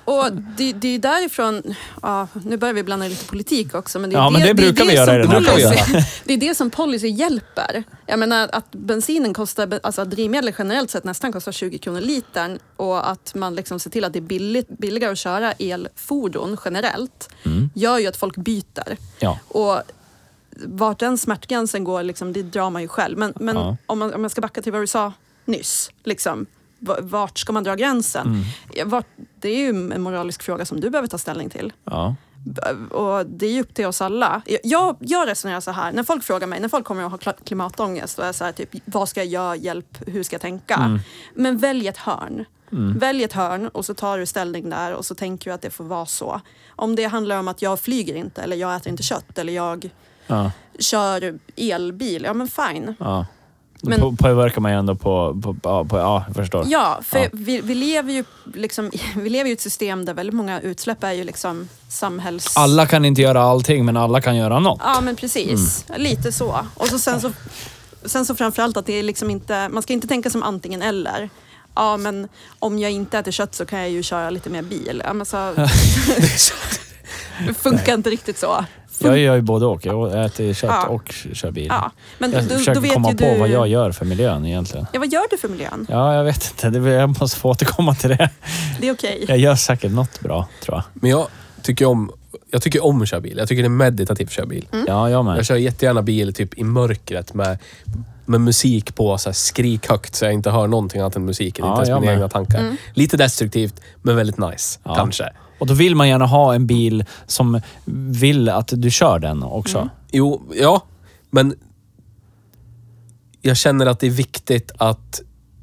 Speaker 3: Och det är ju därifrån, nu börjar vi blanda lite politik också, men det är
Speaker 4: Ja, men det brukar vi göra i den här podden.
Speaker 3: Det är det som policy hjälper. Jag menar att bensinen kostar, alltså att drivmedel generellt sett nästan kostar 20 kronor litern, och att man liksom ser till att det är billigare att köra elfordon generellt gör ju att folk byter.
Speaker 4: Ja.
Speaker 3: Och vart den smärtgränsen går, liksom, det drar man ju själv. Men om man ska backa till vad du sa nyss, liksom, vart ska man dra gränsen? Det är ju en moralisk fråga som du behöver ta ställning till.
Speaker 4: Ja.
Speaker 3: Och det är ju upp till oss alla. Jag resonerar så här, när folk frågar mig, när folk kommer att ha klimatångest, och är så här, typ, vad ska jag göra, hjälp, hur ska jag tänka? Men välj ett hörn. Välj ett hörn och så tar du ställning där och så tänker du att det får vara så. Om det handlar om att jag flyger inte, eller jag äter inte kött, eller jag kör elbil, ja men fine.
Speaker 4: Ja. Men påverkar man ju ändå på jag förstår.
Speaker 3: Ja, för vi lever ju liksom, vi lever ju i ett system där väldigt många utsläpp är ju liksom samhälls...
Speaker 4: Alla kan inte göra allting, men alla kan göra något.
Speaker 3: Ja, men precis. Lite så. Och så sen så framförallt att det är liksom inte, man ska inte tänka som antingen eller. Ja, men om jag inte äter kött så kan jag ju köra lite mer bil. Ja, men så... Det funkar inte riktigt så.
Speaker 4: Jag gör ju både och. Jag äter kött och kör bil.
Speaker 3: Ja. Men
Speaker 4: jag försöker komma på vad jag gör för miljön egentligen.
Speaker 3: Ja, vad gör du för miljön?
Speaker 4: Ja, jag vet inte. Jag måste få återkomma till det.
Speaker 3: Det är okej.
Speaker 4: Jag gör säkert något bra, tror jag.
Speaker 2: Men jag tycker om att köra bil. Jag tycker det är meditativt att köra bil.
Speaker 4: Ja, jag med.
Speaker 2: Jag kör jättegärna bil typ i mörkret med musik på, så här, skrik högt så jag inte hör någonting annat än musiken. Inte ens mina egna tankar. Lite destruktivt, men väldigt nice. Kanske.
Speaker 4: Och då vill man gärna ha en bil som vill att du kör den också.
Speaker 2: Jo, ja. Men jag känner att det är viktigt att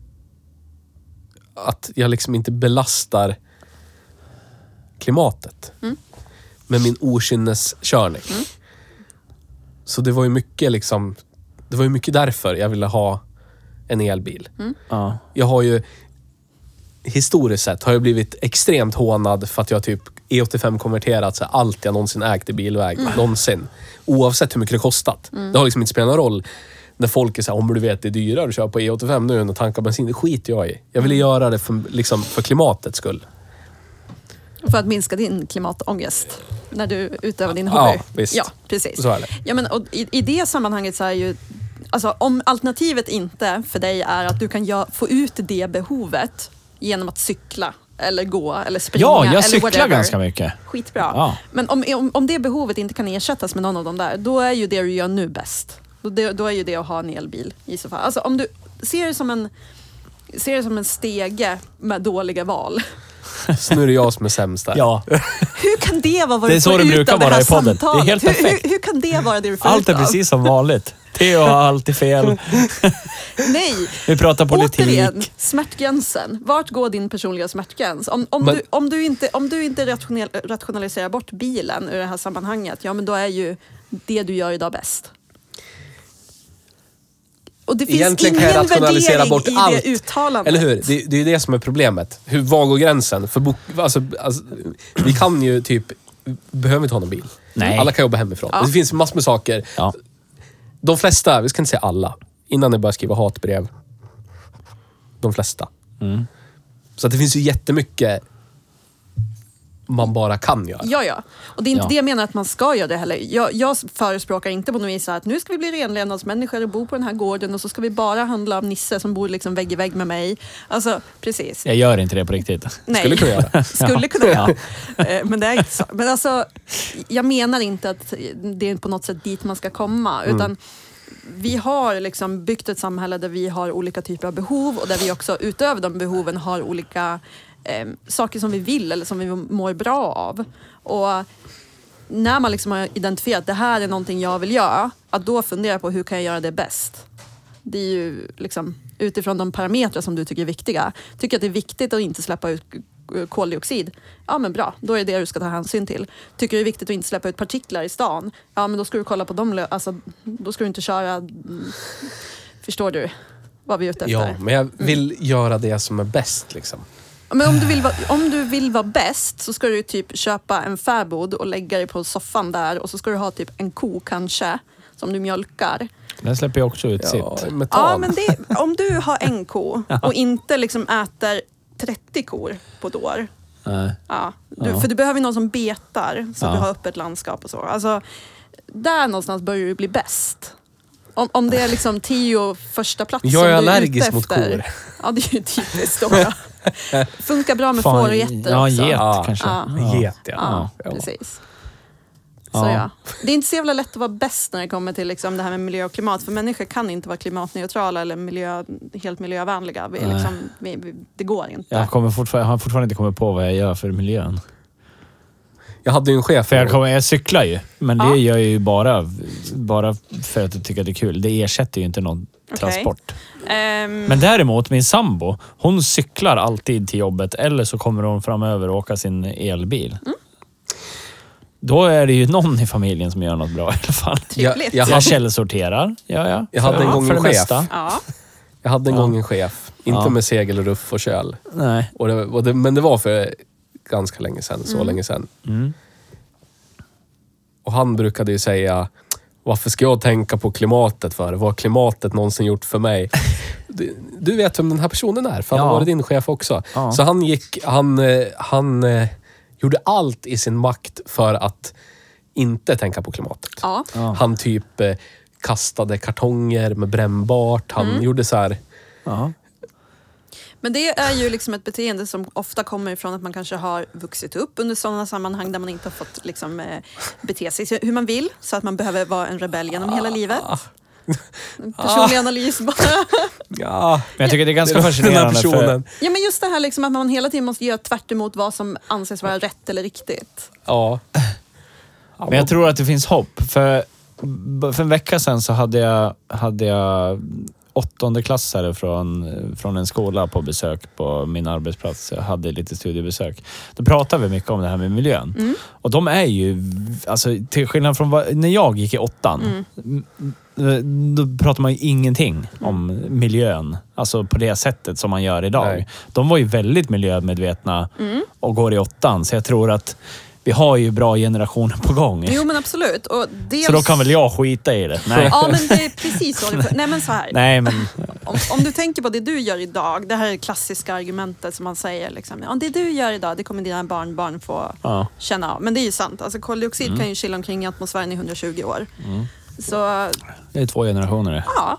Speaker 2: jag liksom inte belastar klimatet med min okynneskörning. Så det var ju mycket liksom, det var ju mycket därför jag ville ha en elbil.
Speaker 4: Ja.
Speaker 2: Jag har ju historiskt sett har jag blivit extremt hånad för att jag typ E85 konverterat så allt jag någonsin ägt i bilväg. Någonsin. Oavsett hur mycket det kostat. Det har liksom inte spelat någon roll när folk är så här, om du vet det är dyrare att köra på E85 nu än att tanka bensin. Det skiter jag i. Jag ville göra det för klimatets skull.
Speaker 3: För att minska din klimatångest när du utövar din hobby.
Speaker 2: Ja, visst.
Speaker 3: Ja, precis.
Speaker 2: Så är det.
Speaker 3: Ja, men, och i det sammanhanget så är ju, alltså, om alternativet inte för dig är att du kan få ut det behovet genom att cykla eller gå eller springa.
Speaker 4: Ja, jag
Speaker 3: eller
Speaker 4: cyklar
Speaker 3: whatever.
Speaker 4: ganska mycket.
Speaker 3: Skitbra.
Speaker 4: Ja.
Speaker 3: Men om det behovet inte kan ersättas med någon av dem där, då är ju det du gör nu bäst. Då är ju det att ha en elbil i så fall. Alltså om du ser det som en stege med dåliga val.
Speaker 2: Så nu är det jag som är sämst där.
Speaker 4: Ja.
Speaker 3: Hur kan det vara vad
Speaker 4: Det är
Speaker 3: du
Speaker 4: så
Speaker 3: får
Speaker 4: det
Speaker 3: ut
Speaker 4: brukar
Speaker 3: av det
Speaker 4: vara
Speaker 3: här
Speaker 4: i podden.
Speaker 3: samtalet?
Speaker 4: Det är helt perfekt.
Speaker 3: Hur kan det vara det du får
Speaker 4: Allt är
Speaker 3: ut av?
Speaker 4: precis som vanligt. Theo har alltid fel.
Speaker 3: Nej.
Speaker 4: Vi pratar politik.
Speaker 3: Återigen, smärtgränsen. Vart går din personliga smärtgräns? Om du inte rationaliserar bort bilen ur det här sammanhanget, ja men då är ju det du gör idag bäst. Och det finns
Speaker 2: Egentligen kan
Speaker 3: ingen
Speaker 2: jag rationalisera
Speaker 3: värdering
Speaker 2: bort
Speaker 3: i
Speaker 2: allt.
Speaker 3: det uttalandet.
Speaker 2: Eller hur? Det är ju det som är problemet. Var går gränsen? För alltså, vi kan ju typ... Behöver inte ha någon bil.
Speaker 4: Nej.
Speaker 2: Alla kan jobba hemifrån.
Speaker 3: Ja.
Speaker 2: Det finns massor med saker.
Speaker 4: Ja.
Speaker 2: De flesta, vi ska inte säga alla, innan ni börjar skriva hatbrev. De flesta. Så att det finns ju jättemycket man bara kan göra.
Speaker 3: Ja. Och det är inte det jag menar att man ska göra det heller. Jag förespråkar inte på något vis att nu ska vi bli renlevnadsmänniskor och bo på den här gården och så ska vi bara handla av Nisse som bor liksom vägg i vägg med mig. Alltså, precis.
Speaker 4: Jag gör inte det på riktigt.
Speaker 3: Nej.
Speaker 2: Skulle kunna göra.
Speaker 3: Skulle kunna göra. Men det är inte så. Men alltså, jag menar inte att det är på något sätt dit man ska komma. Utan vi har liksom byggt ett samhälle där vi har olika typer av behov och där vi också utöver de behoven har olika saker som vi vill eller som vi mår bra av. Och när man liksom har identifierat att det här är någonting jag vill göra, att då fundera på hur kan jag göra det bäst. Det är ju liksom utifrån de parametrar som du tycker är viktiga. Tycker att det är viktigt att inte släppa ut koldioxid, ja men bra, då är det du ska ta hänsyn till. Tycker det är viktigt att inte släppa ut partiklar i stan, ja men då ska du kolla på dem, alltså då ska du inte köra, förstår du vad vi är ute efter?
Speaker 2: Ja, men jag vill göra det som är bäst liksom.
Speaker 3: Men om du vill vara bäst så ska du typ köpa en fäbod och lägga dig på soffan där och så ska du ha typ en ko kanske som du mjölkar.
Speaker 4: Den släpper ju också ut sitt.
Speaker 2: Metan.
Speaker 3: Ja, men om du har en ko och inte liksom äter 30 kor på ett år, Ja, för du behöver någon som betar så att du har öppet landskap och så. Alltså, där någonstans börjar du bli bäst. Om det är liksom 10 första plats
Speaker 2: Jag är
Speaker 3: som du
Speaker 2: allergisk mot
Speaker 3: efter.
Speaker 2: kor.
Speaker 3: Ja, det är ju typiskt då. Funkar bra med får och getter
Speaker 4: ja,
Speaker 3: också.
Speaker 4: get kanske.
Speaker 2: Get,
Speaker 3: Ja, precis. Så ja. Det är inte så jävla lätt att vara bäst när det kommer till liksom det här med miljö och klimat. För människor kan inte vara klimatneutrala eller helt miljövänliga. Det går inte.
Speaker 4: Jag har fortfarande inte kommit på vad jag gör för miljön.
Speaker 2: Jag hade ju en chef.
Speaker 4: För jag cyklar ju. Men det gör jag ju bara för att jag tycker att det är kul. Det ersätter ju inte någon transport. Men däremot, min sambo, hon cyklar alltid till jobbet. Eller så kommer hon framöver och åka sin elbil. Då är det ju någon i familjen som gör något bra i alla fall. Jag källsorterar. Ja.
Speaker 2: Jag hade en gång en chef.
Speaker 3: Ja.
Speaker 2: Jag hade en gång en chef. Inte med segel och ruff och köl.
Speaker 4: Nej.
Speaker 2: Men det var för ganska länge sedan. Så länge sedan. Och han brukade ju säga: varför ska jag tänka på klimatet för? Vad har klimatet någonsin gjort för mig? Du vet vem den här personen är. För han har varit din chef också. Ja. Så han gjorde allt i sin makt för att inte tänka på klimatet.
Speaker 3: Ja.
Speaker 2: Han typ kastade kartonger med brännbart. Han gjorde så här.
Speaker 4: Ja.
Speaker 3: Men det är ju liksom ett beteende som ofta kommer ifrån att man kanske har vuxit upp under sådana sammanhang där man inte har fått liksom, bete sig hur man vill. Så att man behöver vara en rebell genom hela livet. Personlig analys bara.
Speaker 4: Men jag tycker det är ganska fascinerande.
Speaker 3: Ja, men just det här liksom att man hela tiden måste göra tvärt emot vad som anses vara rätt eller riktigt.
Speaker 2: Ja.
Speaker 4: Men jag tror att det finns hopp. För en vecka sedan så hade jag 8:e-klassare från en skola på besök på min arbetsplats. Jag hade lite studiebesök. Då pratade vi mycket om det här med miljön. Och de är ju, alltså till skillnad från när jag gick i 8:an, då pratar man ju ingenting om miljön. Alltså på det sättet som man gör idag. Nej. De var ju väldigt miljömedvetna och går i 8:an. Så jag tror att vi har ju bra generationer på gång.
Speaker 3: Jo, men absolut. Och
Speaker 4: så då kan väl jag skita i det? Nej.
Speaker 3: Ja, men det är precis så. Nej, men så här.
Speaker 4: Nej, men
Speaker 3: om du tänker på det du gör idag, det här är det klassiska argumentet som man säger. Liksom, om det du gör idag, det kommer dina barnbarn få känna av. Men det är ju sant. Alltså, koldioxid kan ju chilla omkring i atmosfären i 120 år. Så,
Speaker 4: det är 2 generationer.
Speaker 3: Ja,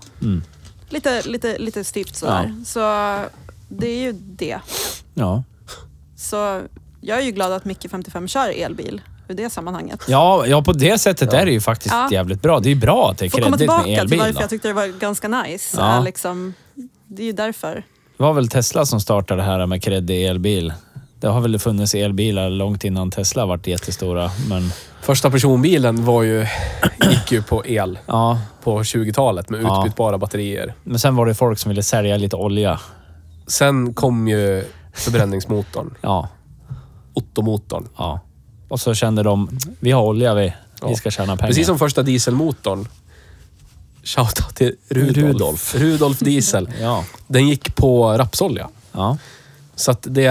Speaker 3: lite styvt sådär. Så det är ju det.
Speaker 4: Ja.
Speaker 3: Så jag är ju glad att Micke 55 kör elbil i det sammanhanget.
Speaker 4: Ja, på det sättet är det ju faktiskt jävligt bra. Det är bra att det är kreddigt med elbil. Får komma tillbaka till varför jag tyckte det var ganska nice. Ja. Liksom, det är ju därför. Det var väl Tesla som startade det här med kreddig elbil. Det har väl funnits elbilar långt innan Tesla varit jättestora. Men
Speaker 2: första personbilen gick ju på el på 20-talet med utbytbara batterier.
Speaker 4: Men sen var det folk som ville sälja lite olja.
Speaker 2: Sen kom ju förbränningsmotorn.
Speaker 4: Ja.
Speaker 2: Ottomotorn.
Speaker 4: Ja. Och så kände de, vi har olja, vi ska tjäna pengar.
Speaker 2: Precis som första dieselmotorn. Shoutout till Rudolf Diesel.
Speaker 4: Ja.
Speaker 2: Den gick på rapsolja.
Speaker 4: Ja.
Speaker 2: Så att det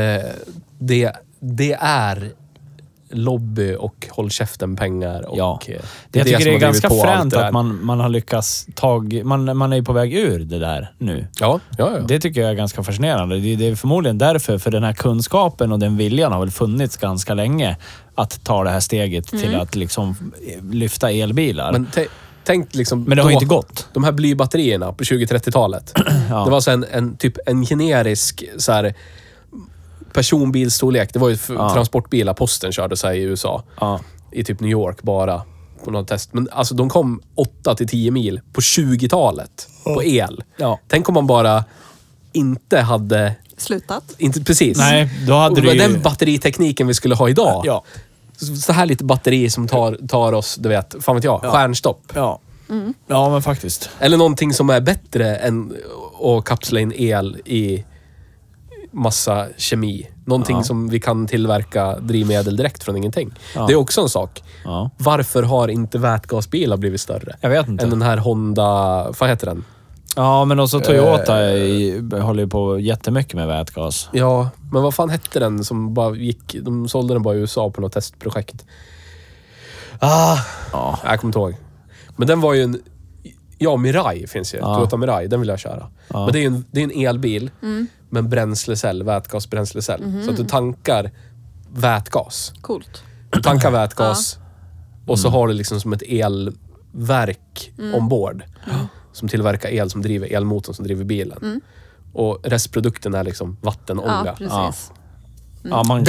Speaker 2: är lobby och håll käften pengar. Och
Speaker 4: jag tycker det är ganska fränt att man har lyckats man är ju på väg ur det där nu.
Speaker 2: Ja.
Speaker 4: Det tycker jag är ganska fascinerande. Det är förmodligen därför, för den här kunskapen och den viljan har väl funnits ganska länge att ta det här steget till att liksom lyfta elbilar.
Speaker 2: Men tänk liksom,
Speaker 4: men det har inte gått.
Speaker 2: De här blybatterierna på 20-30-talet. Det var så en generisk så här personbilsstorlek. Det var ju transportbilar posten körde så här i USA. I typ New York bara på något test. Men alltså de kom 8-10 mil på 20-talet på el. Tänk om man bara inte hade
Speaker 3: slutat.
Speaker 2: Inte precis.
Speaker 4: Nej, då hade du
Speaker 2: den batteritekniken vi skulle ha idag. Ja. Så här lite batteri som tar oss, du vet, fan vet jag, stjärnstopp.
Speaker 4: Ja. Ja, men faktiskt.
Speaker 2: Eller någonting som är bättre än att kapsla in el i massa kemi. Någonting som vi kan tillverka drivmedel direkt från ingenting. Det är också en sak. Varför har inte vätgasbilar blivit större?
Speaker 4: Jag vet inte.
Speaker 2: Än den här Honda, vad heter den?
Speaker 4: Ja, men också Toyota håller ju på jättemycket med vätgas.
Speaker 2: Ja, men vad fan hette den som bara gick... De sålde den bara i USA på något testprojekt. Jag kommer inte ihåg. Men den var ju en... Ja, Mirai finns ju. Toyota Mirai, den vill jag köra. Men det är en elbil med en bränslecell, vätgasbränslecell. Så att du tankar vätgas.
Speaker 3: Coolt.
Speaker 2: Du tankar vätgas och så har du liksom som ett elverk ombord. Som tillverkar el, som driver elmotorn som driver bilen. Och restprodukten är liksom vatten och olja.
Speaker 3: Precis.
Speaker 4: Ja, man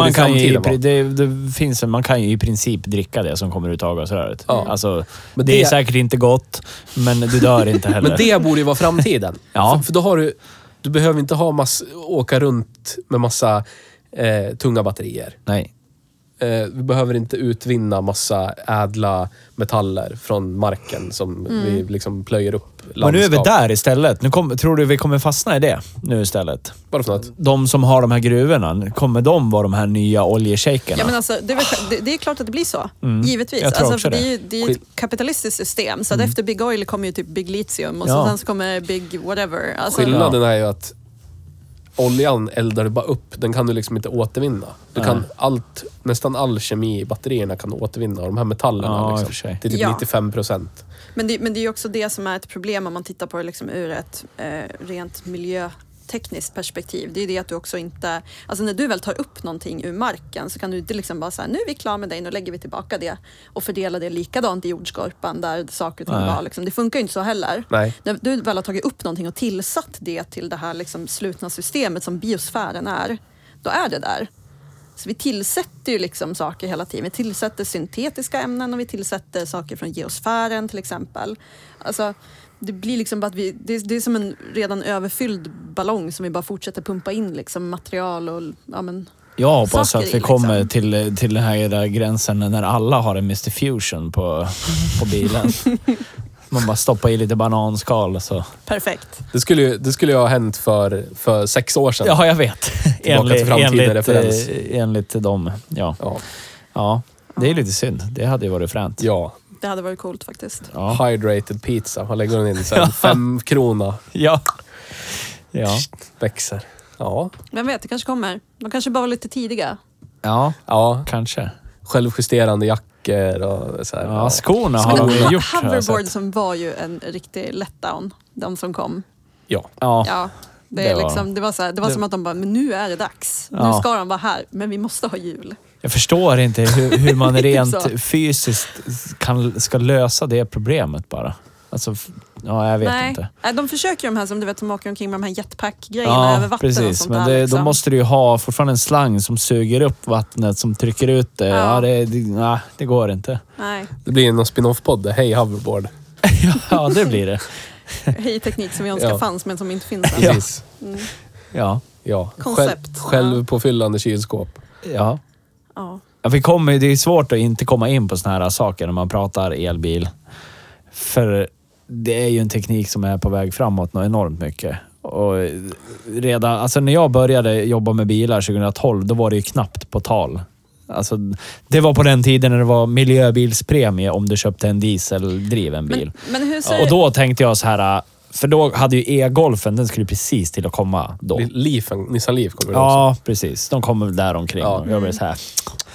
Speaker 4: kan ju i princip dricka det som kommer ut av avgasröret.
Speaker 2: Ja.
Speaker 4: Alltså,
Speaker 2: Men
Speaker 4: det är säkert inte gott, men du dör inte heller.
Speaker 2: Men det borde ju vara framtiden. För då har du behöver inte åka runt med massa tunga batterier.
Speaker 4: Nej.
Speaker 2: Vi behöver inte utvinna massa ädla metaller från marken som vi liksom plöjer upp landskap.
Speaker 4: Men nu är vi där istället. Tror du vi kommer fastna i det nu istället?
Speaker 2: Bara för något.
Speaker 4: De som har de här gruvorna, kommer de vara de här nya oljeshakerna?
Speaker 3: Ja, men alltså, det är klart att det blir så. Givetvis.
Speaker 4: Jag tror
Speaker 3: Alltså,
Speaker 4: också
Speaker 3: för det är ju ett kapitalistiskt system. Så att efter Big Oil kommer ju typ Big Lithium och sen så kommer Big whatever. Alltså,
Speaker 2: Skillnaden är ju att oljan eldar du bara upp. Den kan du liksom inte återvinna. Du kan nästan all kemi i batterierna kan återvinna. Och de här metallerna liksom, det är typ 95%.
Speaker 3: Men det är ju också det som är ett problem om man tittar på det liksom ur ett rent miljötekniskt perspektiv. Det är det att du också inte... Alltså när du väl tar upp någonting ur marken så kan du inte liksom bara säga nu är vi klara med dig, nu lägger vi tillbaka det och fördelar det likadant i jordskorpan där saker och ting var. Liksom. Det funkar ju inte så heller.
Speaker 2: Nej.
Speaker 3: När du väl har tagit upp någonting och tillsatt det till det här liksom slutna systemet som biosfären är, då är det där. Så vi tillsätter ju liksom saker hela tiden. Vi tillsätter syntetiska ämnen och vi tillsätter saker från geosfären till exempel. Alltså, det blir liksom bara att det är som en redan överfylld ballong som vi bara fortsätter pumpa in liksom material och
Speaker 4: jag hoppas att vi kommer
Speaker 3: liksom
Speaker 4: till den här där gränsen när alla har en Mr. Fusion på bilen. Man bara stoppar i lite bananskal och så.
Speaker 3: Perfekt.
Speaker 2: Det skulle ju ha hänt för 6 år sedan.
Speaker 4: Ja, jag vet.
Speaker 2: Tillbaka till framtiden referens.
Speaker 4: Enligt dem, ja. Det är lite synd. Det hade ju varit fränt.
Speaker 2: Ja.
Speaker 3: Det hade varit coolt faktiskt.
Speaker 4: Ja.
Speaker 2: Hydrated pizza. Man lägger den in sen 5 krona.
Speaker 4: Ja.
Speaker 2: Växer. Ja.
Speaker 3: Vem vet, det kanske kommer. De kanske bara var lite tidiga.
Speaker 2: Ja.
Speaker 4: Kanske.
Speaker 2: Självjusterande jackor och så här.
Speaker 4: Ja, skorna
Speaker 3: Så
Speaker 4: har de
Speaker 3: men
Speaker 4: gjort.
Speaker 3: Hoverboard som var ju en riktig letdown. De som kom.
Speaker 2: Ja.
Speaker 3: Ja. Det var som att de bara, men nu är det dags. Nu ska de vara här, men vi måste ha jul.
Speaker 4: Jag förstår inte hur man rent
Speaker 3: så.
Speaker 4: fysiskt ska lösa det problemet bara. Alltså, jag vet inte.
Speaker 3: Nej, de försöker de här som du vet som åker omkring med de här jetpack-grejerna över vatten
Speaker 4: precis.
Speaker 3: och sånt
Speaker 4: men
Speaker 3: där. Liksom.
Speaker 4: Då måste du ju ha fortfarande en slang som suger upp vattnet, som trycker ut det. Ja, det går inte.
Speaker 3: Nej.
Speaker 2: Det blir en spin-off-podd. Hej hoverboard.
Speaker 4: Ja, det blir det.
Speaker 3: Hej teknik som vi önskar fanns men som inte finns.
Speaker 2: Precis.
Speaker 4: Ja.
Speaker 3: Koncept.
Speaker 2: Självpåfyllande kylskåp.
Speaker 4: Ja, det är svårt att inte komma in på såna här saker när man pratar elbil. För det är ju en teknik som är på väg framåt något enormt mycket. Och redan, alltså när jag började jobba med bilar 2012, då var det ju knappt på tal. Alltså, det var på den tiden när det var miljöbilspremie om du köpte en dieseldriven bil.
Speaker 3: Men hur ser...
Speaker 4: Och då tänkte jag så här, för då hade ju e-golfen, den skulle precis till att komma då.
Speaker 2: Nissan Leaf kommer det
Speaker 4: också. Precis. De kommer väl där omkring. Ja. Jag blev så här,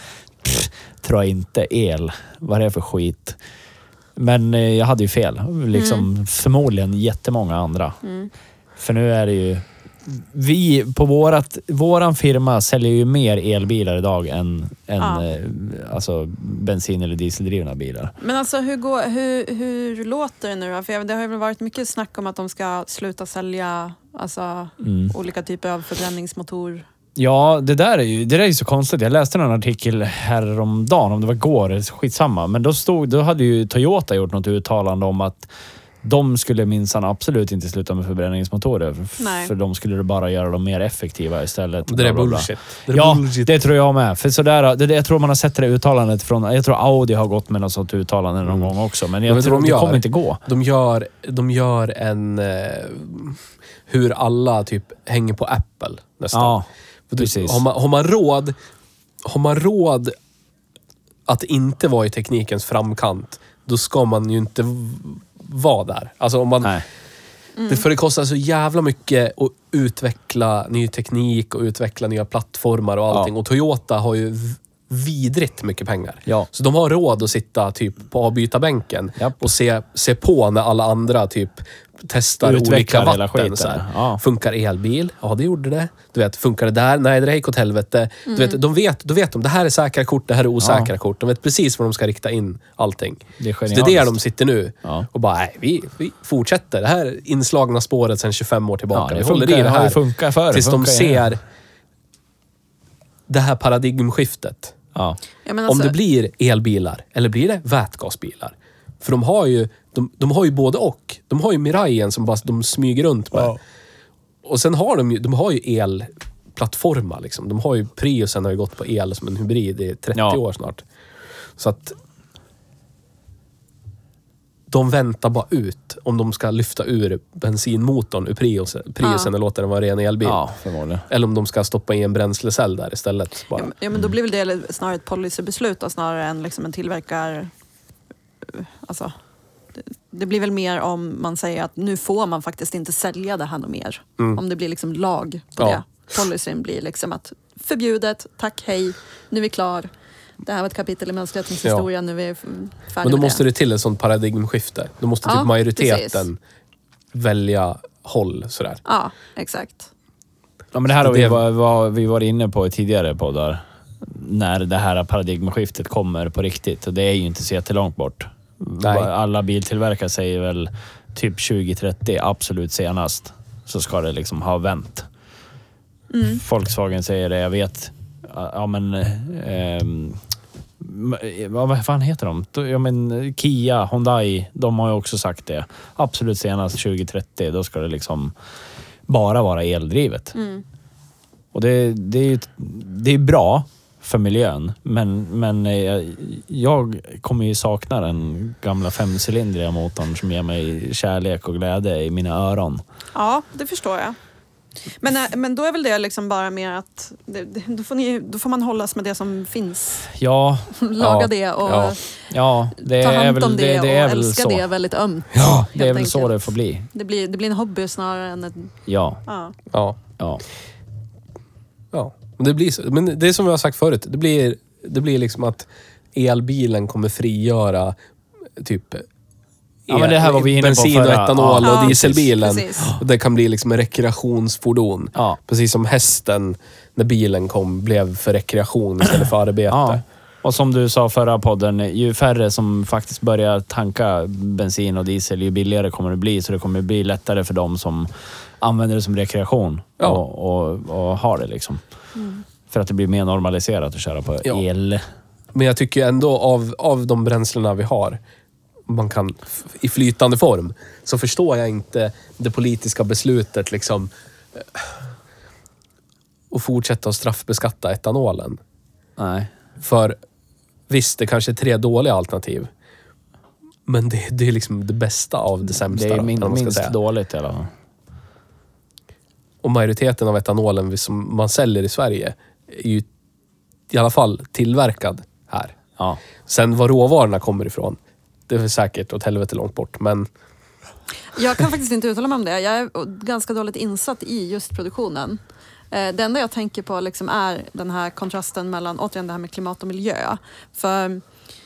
Speaker 4: tror jag inte el. Vad är det för skit? Men jag hade ju fel. Liksom förmodligen jättemånga andra. För nu är det ju... Vi på våran firma säljer ju mer elbilar idag än alltså bensin- eller dieseldrivna bilar.
Speaker 3: Men alltså hur låter det nu då? För det har ju varit mycket snack om att de ska sluta sälja olika typer av förbränningsmotor.
Speaker 4: Ja, det där är ju så konstigt. Jag läste en artikel häromdagen, om det var igår, skitsamma. Men då hade ju Toyota gjort något uttalande om att de skulle minsann absolut inte sluta med förbränningsmotorer. För de skulle bara göra dem mer effektiva istället.
Speaker 2: Det är bullshit.
Speaker 4: Det tror jag med. För sådär, jag tror man har sett det uttalandet från... Jag tror Audi har gått med något sånt uttalande någon gång också. Men jag tror det kommer inte gå.
Speaker 2: De gör en... hur alla typ hänger på Apple nästan.
Speaker 4: Ja, precis.
Speaker 2: Har man råd att inte vara i teknikens framkant, då ska man ju inte vara där. Alltså om man... För det kostar så jävla mycket att utveckla ny teknik och utveckla nya plattformar och allting. Och Toyota har ju vidrigt mycket pengar.
Speaker 4: Ja.
Speaker 2: Så de har råd att sitta typ på avbytarbänken och se på när alla andra typ testar
Speaker 4: Utvecklar
Speaker 2: olika
Speaker 4: hela
Speaker 2: vatten.
Speaker 4: skiten.
Speaker 2: Så här.
Speaker 4: Ja.
Speaker 2: Funkar elbil? Ja, det gjorde det. Du vet, funkar det där? Nej, det gick åt helvete. Du vet, då vet de, det här är säkra kort, det här är osäkra kort. De vet precis var de ska rikta in allting.
Speaker 4: Det är
Speaker 2: så det är
Speaker 4: genialiskt.
Speaker 2: där de sitter nu.
Speaker 4: Ja.
Speaker 2: Och bara, nej, vi fortsätter. Det här inslagna spåret sedan 25 år tillbaka.
Speaker 4: Ja,
Speaker 2: vi
Speaker 4: det
Speaker 2: håller
Speaker 4: funkar,
Speaker 2: i det
Speaker 4: har
Speaker 2: här
Speaker 4: ju funkat förr,
Speaker 2: tills de
Speaker 4: funkar igen.
Speaker 2: ser det här paradigmskiftet.
Speaker 4: Ja.
Speaker 3: Ja, men
Speaker 2: Om
Speaker 3: alltså,
Speaker 2: det blir elbilar eller blir det vätgasbilar. För de har ju både och. De har ju Mirajen som bara de smyger runt med.
Speaker 4: Ja.
Speaker 2: Och sen har de har ju elplattformar liksom. De har ju Priusen har ju gått på el som en hybrid i 30 år snart. Så att de väntar bara ut om de ska lyfta ur bensinmotorn ur Priusen och låta den vara ren elbil.
Speaker 4: Ja, förmodligen.
Speaker 2: Eller om de ska stoppa i en bränslecell där istället. Bara.
Speaker 3: ja, men då blir väl det snarare ett policybeslut då, snarare än liksom en tillverkar... Alltså, det blir väl mer om man säger att nu får man faktiskt inte sälja det här något mer. Om det blir liksom lag på det. Policyn blir liksom att förbjudet, tack, hej, nu är vi klar. Det här var ett kapitel i mänsklighetens historia, nu är vi färdiga.
Speaker 2: Men då måste det till ett sånt paradigmskifte. Då måste typ majoriteten välja håll sådär.
Speaker 3: Ja, exakt.
Speaker 4: Ja, men det här har vi var inne på i tidigare poddar. När det här paradigmskiftet kommer på riktigt. Och det är ju inte så jättelångt bort.
Speaker 2: Nej.
Speaker 4: Alla biltillverkare säger väl typ 2030 absolut senast. Så ska det liksom ha vänt. Volkswagen säger det, jag vet. Ja men... vad fan heter de? Ja, men Kia, Hyundai, de har ju också sagt det. Absolut senast 2030, då ska det liksom bara vara eldrivet. Och det är bra för miljön, men jag kommer ju sakna den gamla 5-cylindriga motorn som ger mig kärlek och glädje i mina öron.
Speaker 3: Ja, det förstår jag. Men då är väl det liksom bara mer att då får man hållas med det som finns.
Speaker 4: Ja.
Speaker 3: Laga det och
Speaker 4: det
Speaker 3: ta
Speaker 4: är
Speaker 3: hand
Speaker 4: väl
Speaker 3: om det
Speaker 4: det är
Speaker 3: och
Speaker 4: väl
Speaker 3: älska
Speaker 4: så.
Speaker 3: det väldigt ömt.
Speaker 4: Ja, det är väl
Speaker 3: enkelt.
Speaker 4: så det får bli.
Speaker 3: Det blir en hobby snarare än ett...
Speaker 4: Ja.
Speaker 2: Ja. Men det blir så. Men det är som jag har sagt förut. Det blir liksom att elbilen kommer frigöra typ
Speaker 4: men det här var vi inne på
Speaker 2: bensin och
Speaker 4: förra.
Speaker 2: etanol
Speaker 3: Ja,
Speaker 2: och dieselbilen.
Speaker 3: precis.
Speaker 2: Och det kan bli liksom en rekreationsfordon.
Speaker 4: Ja.
Speaker 2: Precis som hästen när bilen kom blev för rekreation istället för arbete.
Speaker 4: Ja. Och som du sa förra podden, ju färre som faktiskt börjar tanka bensin och diesel, ju billigare kommer det bli. Så det kommer bli lättare för dem som använder det som rekreation och har det liksom. För att det blir mer normaliserat att köra på el.
Speaker 2: Men jag tycker ändå av de bränslena vi har, man kan i flytande form, så förstår jag inte det politiska beslutet liksom att fortsätta att straffbeskatta etanolen.
Speaker 4: Nej.
Speaker 2: För visst, det kanske är 3 dåliga alternativ. Men det är liksom det bästa av det sämsta.
Speaker 4: Det är
Speaker 2: man ska
Speaker 4: minst
Speaker 2: säga.
Speaker 4: dåligt i alla fall.
Speaker 2: Och majoriteten av etanolen som man säljer i Sverige är ju i alla fall tillverkad här.
Speaker 4: Ja.
Speaker 2: Sen var råvarorna kommer ifrån, det är säkert åt helvete långt bort, men...
Speaker 3: Jag kan faktiskt inte uttala mig om det. Jag är ganska dåligt insatt i just produktionen. Det enda jag tänker på liksom är den här kontrasten mellan, återigen det här med klimat och miljö. För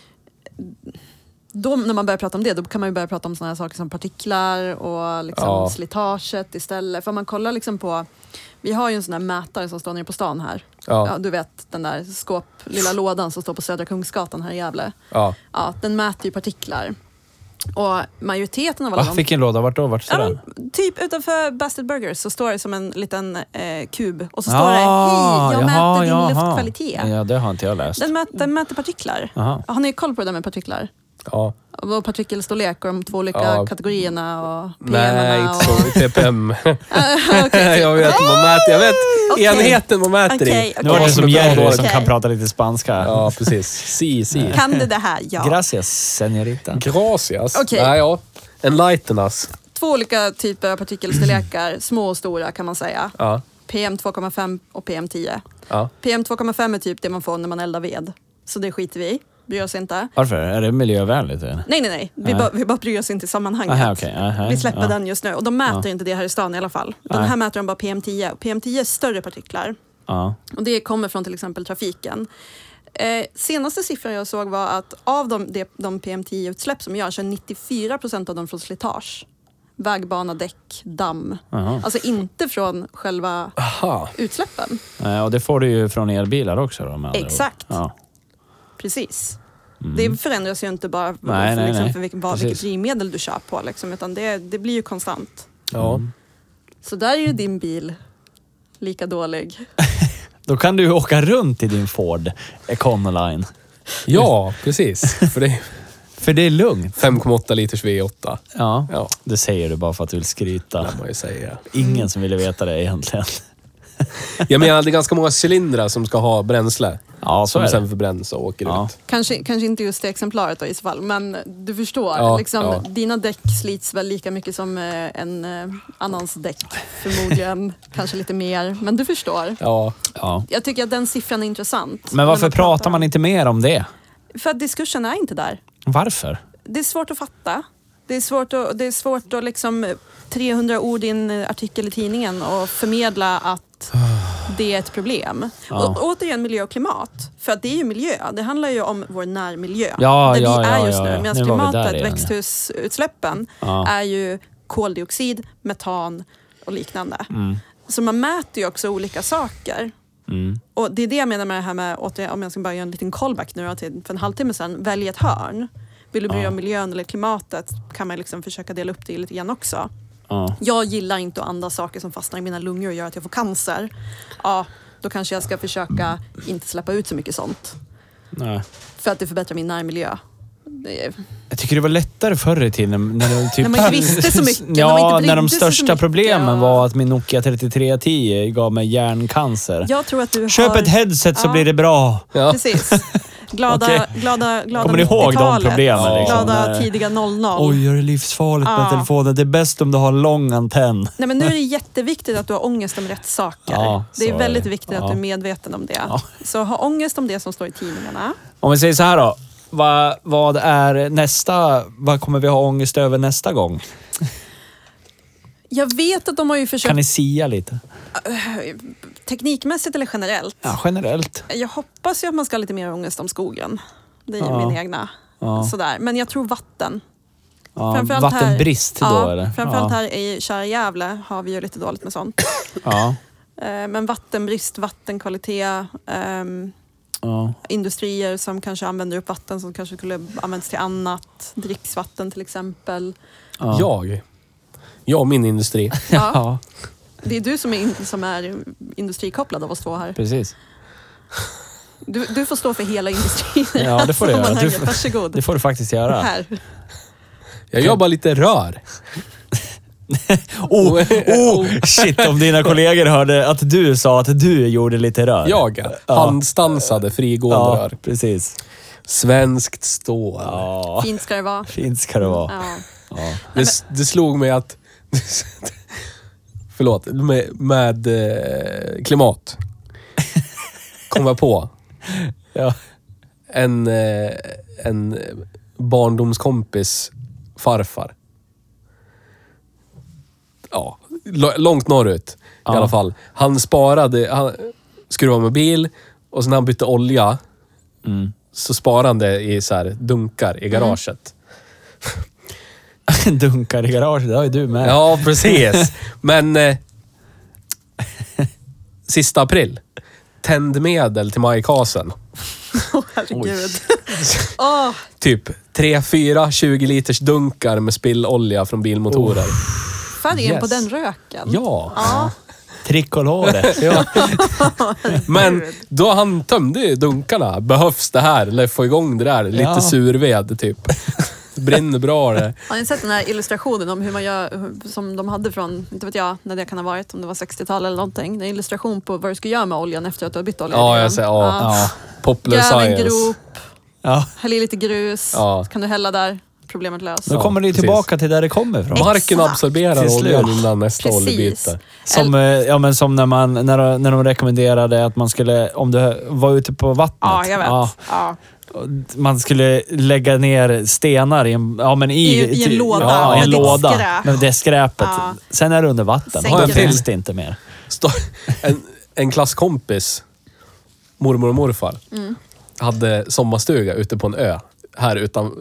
Speaker 3: då, när man börjar prata om det, då kan man ju börja prata om såna här saker som partiklar och liksom slitaget istället. För om man kollar liksom på, vi har ju en sån här mätare som står nere på stan här. Ja, du vet den där lilla lådan som står på Södra Kungsgatan här i Gävle.
Speaker 2: Ja.
Speaker 3: Ja, den mäter ju partiklar. Och majoriteten av alla de...
Speaker 4: Fick en låda, vart då? Vart står den?
Speaker 3: Typ utanför Bastard Burgers så står det som en liten kub. Och så står det, hej, jag mäter din luftkvalitet.
Speaker 4: Ja, det har inte jag läst.
Speaker 3: Den mäter partiklar.
Speaker 4: Aha.
Speaker 3: Har ni koll på det där med partiklar?
Speaker 2: Ja.
Speaker 3: Och partikelstorlek och de 2 olika kategorierna och
Speaker 2: Nej,
Speaker 3: PM-erna
Speaker 2: inte så. ppm.
Speaker 3: Okay,
Speaker 2: jag vet vad man mäter. Jag vet enheten man mäter i.
Speaker 4: Nu var det som Jerry som kan prata lite spanska.
Speaker 2: Ja, precis. Si.
Speaker 3: Kan du det här? Ja.
Speaker 4: Gracias, señorita.
Speaker 2: Gracias.
Speaker 3: Okej.
Speaker 2: Nej, ja. Enlighten us.
Speaker 3: 2 olika typer av partikelstorlekar, små och stora kan man säga.
Speaker 2: Ja.
Speaker 3: PM 2,5 och PM 10.
Speaker 2: Ja.
Speaker 3: PM 2,5 är typ det man får när man eldar ved. Så det skiter vi i. Bryr oss inte.
Speaker 4: Varför? Är det miljövänligt? Eller?
Speaker 3: Nej. Vi bara bryr oss inte i sammanhanget.
Speaker 4: Aha, okay.
Speaker 3: Vi släpper den just nu. Och de mäter inte det här i stan i alla fall. Den här mäter de bara PM10. Och PM10 är större partiklar.
Speaker 4: Ja.
Speaker 3: Och det kommer från till exempel trafiken. Senaste siffran jag såg var att av de PM10-utsläpp som görs, så är 94% av dem från slitage. Vägbana, däck, damm.
Speaker 4: Aha.
Speaker 3: Alltså inte från själva utsläppen.
Speaker 4: Och det får du ju från elbilar också då, med andra
Speaker 3: Exakt.
Speaker 4: ord. Ja.
Speaker 3: Precis. Det förändras ju inte bara för vilket drivmedel du kör på. Liksom, utan det blir ju konstant.
Speaker 2: Ja.
Speaker 3: Så där är ju din bil lika dålig.
Speaker 4: Då kan du ju åka runt i din Ford Econoline.
Speaker 2: Ja, precis.
Speaker 4: För det är lugnt.
Speaker 2: 5,8 liters V8.
Speaker 4: Ja, det säger du bara för att du vill skryta.
Speaker 2: Det må jag säga.
Speaker 4: Ingen som ville veta det egentligen.
Speaker 2: Jag menar, det är ganska många cylindrar som ska ha bränsle.
Speaker 4: Ja, så
Speaker 2: som
Speaker 4: är det.
Speaker 2: sen förbränns och åker ut.
Speaker 3: Kanske inte just det exemplaret då, i så fall, men du förstår.
Speaker 2: Ja,
Speaker 3: liksom, dina däck slits väl lika mycket som en annans däck. Förmodligen, kanske lite mer. Men du förstår.
Speaker 2: Ja.
Speaker 3: Jag tycker att den siffran är intressant.
Speaker 4: Men varför pratar man inte mer om det?
Speaker 3: För att diskursen är inte där.
Speaker 4: Varför?
Speaker 3: Det är svårt att fatta. Det är svårt att liksom 300 ord i en artikel i tidningen och förmedla att det är ett problem.
Speaker 4: Ja.
Speaker 3: Och återigen miljö och klimat. För att det är ju miljö. Det handlar ju om vår närmiljö.
Speaker 4: Ja,
Speaker 3: där vi
Speaker 4: ja,
Speaker 3: är just
Speaker 4: ja,
Speaker 3: nu.
Speaker 4: ja.
Speaker 3: Medan
Speaker 4: Nu var vi där
Speaker 3: klimatet,
Speaker 4: igen,
Speaker 3: växthusutsläppen, är ju koldioxid, metan och liknande. Så man mäter ju också olika saker. Och det är det jag menar med det här med, återigen, om jag ska bara göra en liten callback nu för en halvtimme sedan, välj ett hörn. Vill du bry dig om miljön eller klimatet, kan man liksom försöka dela upp det lite grann också. Jag gillar inte att andas saker som fastnar i mina lungor och gör att jag får cancer. Ja, då kanske jag ska försöka inte släppa ut så mycket sånt.
Speaker 4: Nej.
Speaker 3: För att det förbättrar min närmiljö.
Speaker 4: Jag tycker det var lättare förr i tiden när de typ...
Speaker 3: När man inte visste så mycket.
Speaker 4: Ja,
Speaker 3: när
Speaker 4: när de största problemen var att min Nokia 3310 gav mig hjärncancer.
Speaker 3: Jag tror att du
Speaker 4: Köp ett headset så blir det bra.
Speaker 2: Ja.
Speaker 3: Precis. Glada
Speaker 4: Kommer ni ihåg de problemen? Liksom?
Speaker 3: Glada tidiga 00.
Speaker 4: Oj, är det livsfarligt med telefonen? Det är bäst om du har en lång antenn.
Speaker 3: Nej, men nu är det jätteviktigt att du har ångest om rätt saker.
Speaker 4: Ja,
Speaker 3: det är väldigt
Speaker 4: det.
Speaker 3: viktigt att du är medveten om det.
Speaker 4: Ja.
Speaker 3: Så ha ångest om det som står i tidningarna.
Speaker 4: Om vi säger så här då. Vad är nästa... Vad kommer vi ha ångest över nästa gång?
Speaker 3: Jag vet att de har ju försökt...
Speaker 4: Kan ni sia lite?
Speaker 3: Teknikmässigt eller generellt?
Speaker 4: Ja, generellt.
Speaker 3: Jag hoppas ju att man ska ha lite mer ångest om skogen. Det är min egna. Sådär. Men jag tror vatten.
Speaker 4: Ja, vattenbrist då eller?
Speaker 3: Framförallt här i kära Gävle har vi ju lite dåligt med sånt.
Speaker 4: Ja.
Speaker 3: Men vattenbrist, vattenkvalitet, industrier som kanske använder upp vatten som kanske skulle användas till annat. Dricksvatten till exempel.
Speaker 2: Jag och min industri.
Speaker 3: Ja. Det är du som är industrikopplad av oss två här.
Speaker 4: Precis.
Speaker 3: Du får stå för hela industrin.
Speaker 4: Ja, det får du göra.
Speaker 3: Varsågod.
Speaker 4: Det får du faktiskt göra.
Speaker 3: Här.
Speaker 2: Jag jobbar lite rör.
Speaker 4: Shit, om dina kollegor hörde att du sa att du gjorde lite rör.
Speaker 2: Jag handstansade frigående rör.
Speaker 4: Precis.
Speaker 2: Svenskt stål.
Speaker 4: Ja.
Speaker 3: Fint ska det vara.
Speaker 4: Fint ska det vara.
Speaker 3: Ja.
Speaker 2: Det slog mig att... Förlåt. Med klimat. Kom jag på.
Speaker 4: Ja.
Speaker 2: En barndomskompis farfar. Ja, långt norrut i alla fall. Han skruvade med bil och sen när han bytte olja så sparade han det i så här dunkar i garaget.
Speaker 4: Dunkar i garaget, det har ju du med.
Speaker 2: Ja, precis. Men sista april. Tändmedel till majkasen.
Speaker 3: Herregud.
Speaker 2: Typ 3-4 20 liters dunkar med spillolja från bilmotorer.
Speaker 3: Färgen på den röken.
Speaker 2: Ja.
Speaker 4: Tricolore.
Speaker 2: Ja. Men då han tömde ju dunkarna. Behövs det här? Eller få igång det där? Lite surved typ. Brinner bra det.
Speaker 3: Har ni sett den här illustrationen om hur man gör, som de hade från, inte vet jag när det kan ha varit, om det var 60-tal eller någonting. Det är en illustration på vad du ska göra med oljan efter att du har bytt olja.
Speaker 2: Ja, jag säger Popular
Speaker 3: Gräv en
Speaker 2: science.
Speaker 3: grop,
Speaker 4: Ja.
Speaker 3: häll i lite grus, så kan du hälla där, problemet löst.
Speaker 4: Då kommer det tillbaka till där det kommer ifrån.
Speaker 2: Marken absorberar
Speaker 4: Till
Speaker 2: oljan
Speaker 4: slut.
Speaker 2: innan nästa
Speaker 3: Precis.
Speaker 2: oljebyte.
Speaker 4: Som när de rekommenderade att man skulle, om du var ute på vattnet.
Speaker 3: Ja, jag vet. Ja.
Speaker 4: Man skulle lägga ner stenar i en,
Speaker 3: I en låda.
Speaker 4: Ja, i en
Speaker 3: med
Speaker 4: låda.
Speaker 3: ditt skräp.
Speaker 4: Med det skräpet.
Speaker 3: Ja.
Speaker 4: Sen är det under vatten.
Speaker 3: Sänker
Speaker 4: Då
Speaker 3: det.
Speaker 4: finns det inte mer.
Speaker 2: En klasskompis, mormor och morfar. hade sommarstuga ute på en ö. Här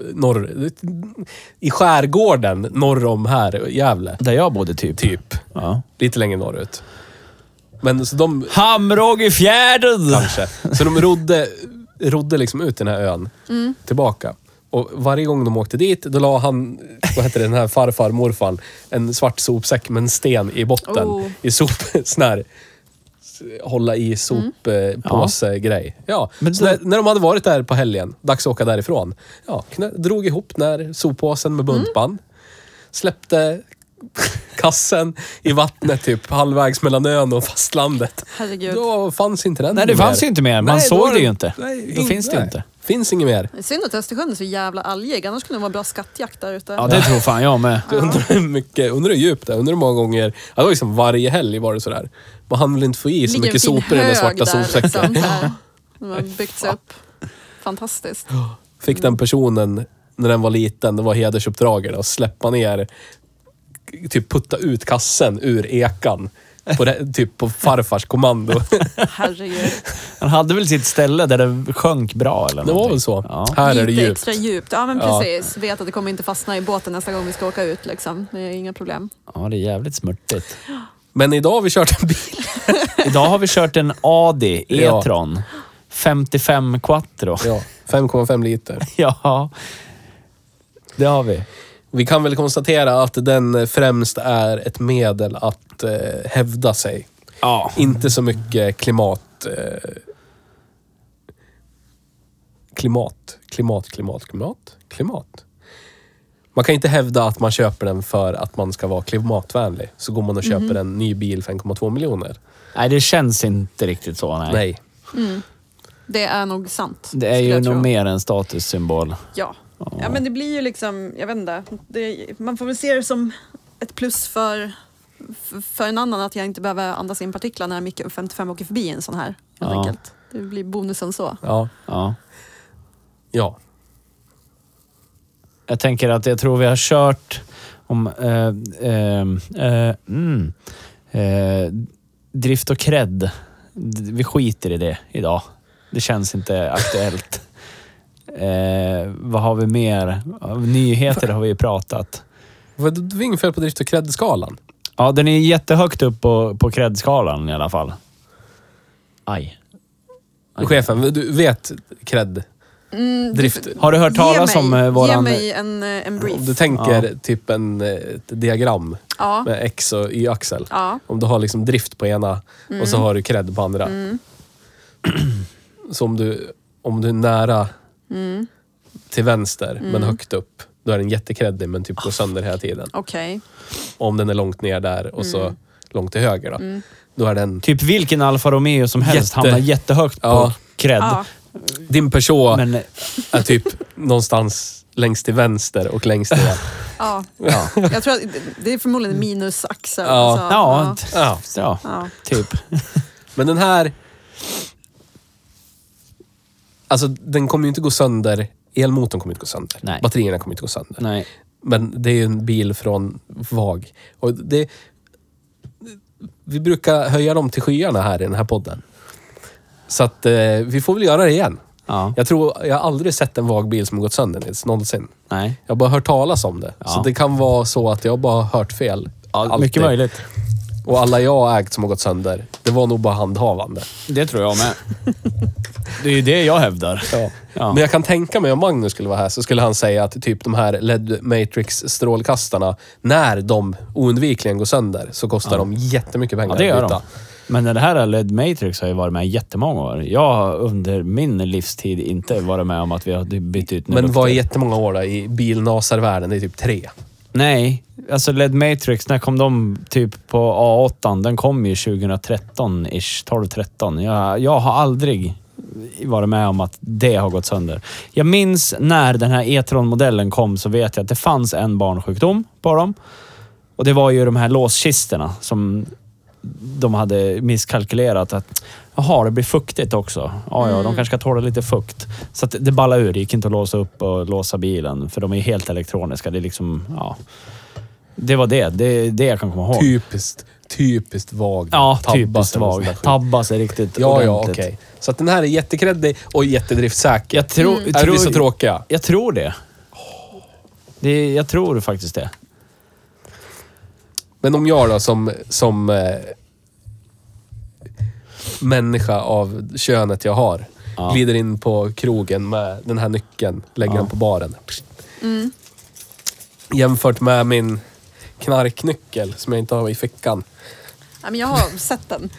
Speaker 2: i skärgården norr om här, Gävle.
Speaker 4: Där jag bodde typ. Ja.
Speaker 2: Lite längre norrut. Men så de...
Speaker 4: Hamråg i fjärden!
Speaker 2: Kanske. Så de rodde liksom ut den här ön tillbaka. Och varje gång de åkte dit, då la han, vad heter det, den här morfar, en svart sopsäck med en sten i botten. I sån hålla i soppåse-grej. Ja. Men så när de hade varit där på helgen, dags att åka därifrån. Ja, drog ihop när soppåsen med buntband. Släppte kassen i vattnet typ halvvägs mellan ön och fastlandet.
Speaker 3: Herregud.
Speaker 2: Då fanns inte den.
Speaker 4: Nej, det fanns ju inte mer. Man såg det ju inte. Då finns det ju inte.
Speaker 2: Finns inget mer.
Speaker 3: Det är synd att Östersjön är så jävla algig. Annars skulle det vara bra skattjakt där ute.
Speaker 4: Ja, det tror fan jag med.
Speaker 2: Undrar hur djupt det är. Undrar hur många gånger. Ja, det var liksom varje helg var det sådär. Man hann väl inte få i så mycket sopor i den svarta sopsäcken.
Speaker 3: Liksom, de har byggts upp. Fantastiskt.
Speaker 2: Fick den personen, när den var liten, det var hedersuppdraget att släppa ner, typ putta ut kassen ur ekan. Typ på farfars kommando.
Speaker 3: Herregud.
Speaker 4: Han hade väl sitt ställe där det sjönk bra eller
Speaker 2: det
Speaker 4: någonting.
Speaker 2: var väl så.
Speaker 4: Ja.
Speaker 2: Här är det
Speaker 3: Lite
Speaker 2: djupt.
Speaker 3: extra djupt. Ja, men precis. Vet att det kommer inte fastna i båten nästa gång vi ska åka ut liksom. Det är inga problem.
Speaker 4: Ja, det är jävligt smörtigt.
Speaker 2: Men idag har vi kört en bil.
Speaker 4: Idag har vi kört en Audi e-tron. 55 quattro.
Speaker 2: Ja, 5,5 liter.
Speaker 4: Ja, det har vi.
Speaker 2: Vi kan väl konstatera att den främst är ett medel att hävda sig.
Speaker 4: Ja.
Speaker 2: Inte så mycket klimat. Man kan inte hävda att man köper den för att man ska vara klimatvänlig. Så går man och köper en ny bil för 1,2 miljoner.
Speaker 4: Nej, det känns inte riktigt så. Nej.
Speaker 3: Det är nog sant.
Speaker 4: Det är ju nog mer en statussymbol.
Speaker 3: Ja. Ja, men det blir ju liksom, jag vet inte. Man får väl se det som ett plus för en annan att jag inte behöver andas in partiklar när Micke 55 åker förbi en sån här. Helt enkelt. Det blir bonusen så.
Speaker 2: Ja.
Speaker 4: Jag tänker att jag tror vi har kört om drift och cred. Vi skiter i det idag. Det känns inte aktuellt. Vad har vi mer? Nyheter har vi ju pratat.
Speaker 2: Det är inget fel på drift- och cred-skalan.
Speaker 4: Ja, den är jättehögt upp på cred-skalan i alla fall. Aj.
Speaker 2: Chefen, du vet cred? Drift.
Speaker 4: Har du hört talas om våran...
Speaker 3: Ge mig en brief.
Speaker 2: Om du tänker typ ett diagram med X och Y-axel.
Speaker 3: Ja.
Speaker 2: Om du har liksom drift på ena och så har du cred på andra. Så om du är nära till vänster men högt upp, då är den jättekreddig men typ går sönder hela tiden.
Speaker 3: Okej.
Speaker 2: Om den är långt ner där och så långt till höger då är den...
Speaker 4: Typ vilken Alfa Romeo som helst hamnar jättehögt på cred.
Speaker 3: Ja.
Speaker 2: Din Peugeot är typ någonstans längst till vänster och längst ner.
Speaker 3: Ja. Jag tror att det är förmodligen minusaxel.
Speaker 4: Ja, typ.
Speaker 2: Men den här... Alltså, den kommer ju inte gå sönder. Elmotorn kommer inte gå sönder.
Speaker 4: Nej.
Speaker 2: Batterierna kommer inte gå sönder.
Speaker 4: Nej.
Speaker 2: Men det är ju en bil från VAG. Och vi brukar höja dem till skyarna här i den här podden. Så att vi får väl göra det igen.
Speaker 4: Ja.
Speaker 2: Jag har aldrig sett en VAG-bil som har gått sönder någonsin.
Speaker 4: Nej.
Speaker 2: Jag har bara hört talas om det. Så det kan vara så att jag bara har hört fel.
Speaker 4: Ja, mycket möjligt.
Speaker 2: Och alla jag har ägt som har gått sönder, det var nog bara handhavande.
Speaker 4: Det tror jag med. Det är ju det jag hävdar.
Speaker 2: Ja. Men jag kan tänka mig om Magnus skulle vara här så skulle han säga att typ de här LED Matrix-strålkastarna, när de oundvikligen går sönder så kostar de jättemycket pengar.
Speaker 4: Ja, det gör de. Men det här LED Matrix har ju varit med jättemånga år. Jag har under min livstid inte varit med om att vi har bytt ut
Speaker 2: Men vad är jättemånga år då i bilnasarvärlden? Det är typ 3.
Speaker 4: Nej, alltså LED Matrix, när kom de typ på A8? Den kom ju 2013-ish, 12-13. Jag har aldrig varit med om att det har gått sönder. Jag minns när den här e-tron-modellen kom så vet jag att det fanns en barnsjukdom på dem. Och det var ju de här låskisterna som de hade misskalkylerat att det blir fuktigt också. Ja, de kanske ska tåla lite fukt. Så att det ballade ur. Det gick inte att låsa upp och låsa bilen för de är helt elektroniska. Det är liksom, det var det. Det är det jag kan komma ihåg.
Speaker 1: typiskt vag.
Speaker 4: Ja,
Speaker 1: Tabbas
Speaker 4: typiskt
Speaker 1: eller sån där
Speaker 4: vag.
Speaker 1: skit.
Speaker 4: Tabbas är riktigt
Speaker 1: Ja,
Speaker 4: ordentligt.
Speaker 1: okej. Så att den här är jättekreddig och jättedriftsäker.
Speaker 4: Jag tror...
Speaker 1: Är vi så tråkiga?
Speaker 4: Jag tror det. Jag tror faktiskt det.
Speaker 1: Men om jag då som människa av könet jag har glider in på krogen med den här nyckeln, lägger den på baren. Jämfört med min knarknyckel som jag inte har i fickan.
Speaker 3: Ja, men jag har sett den.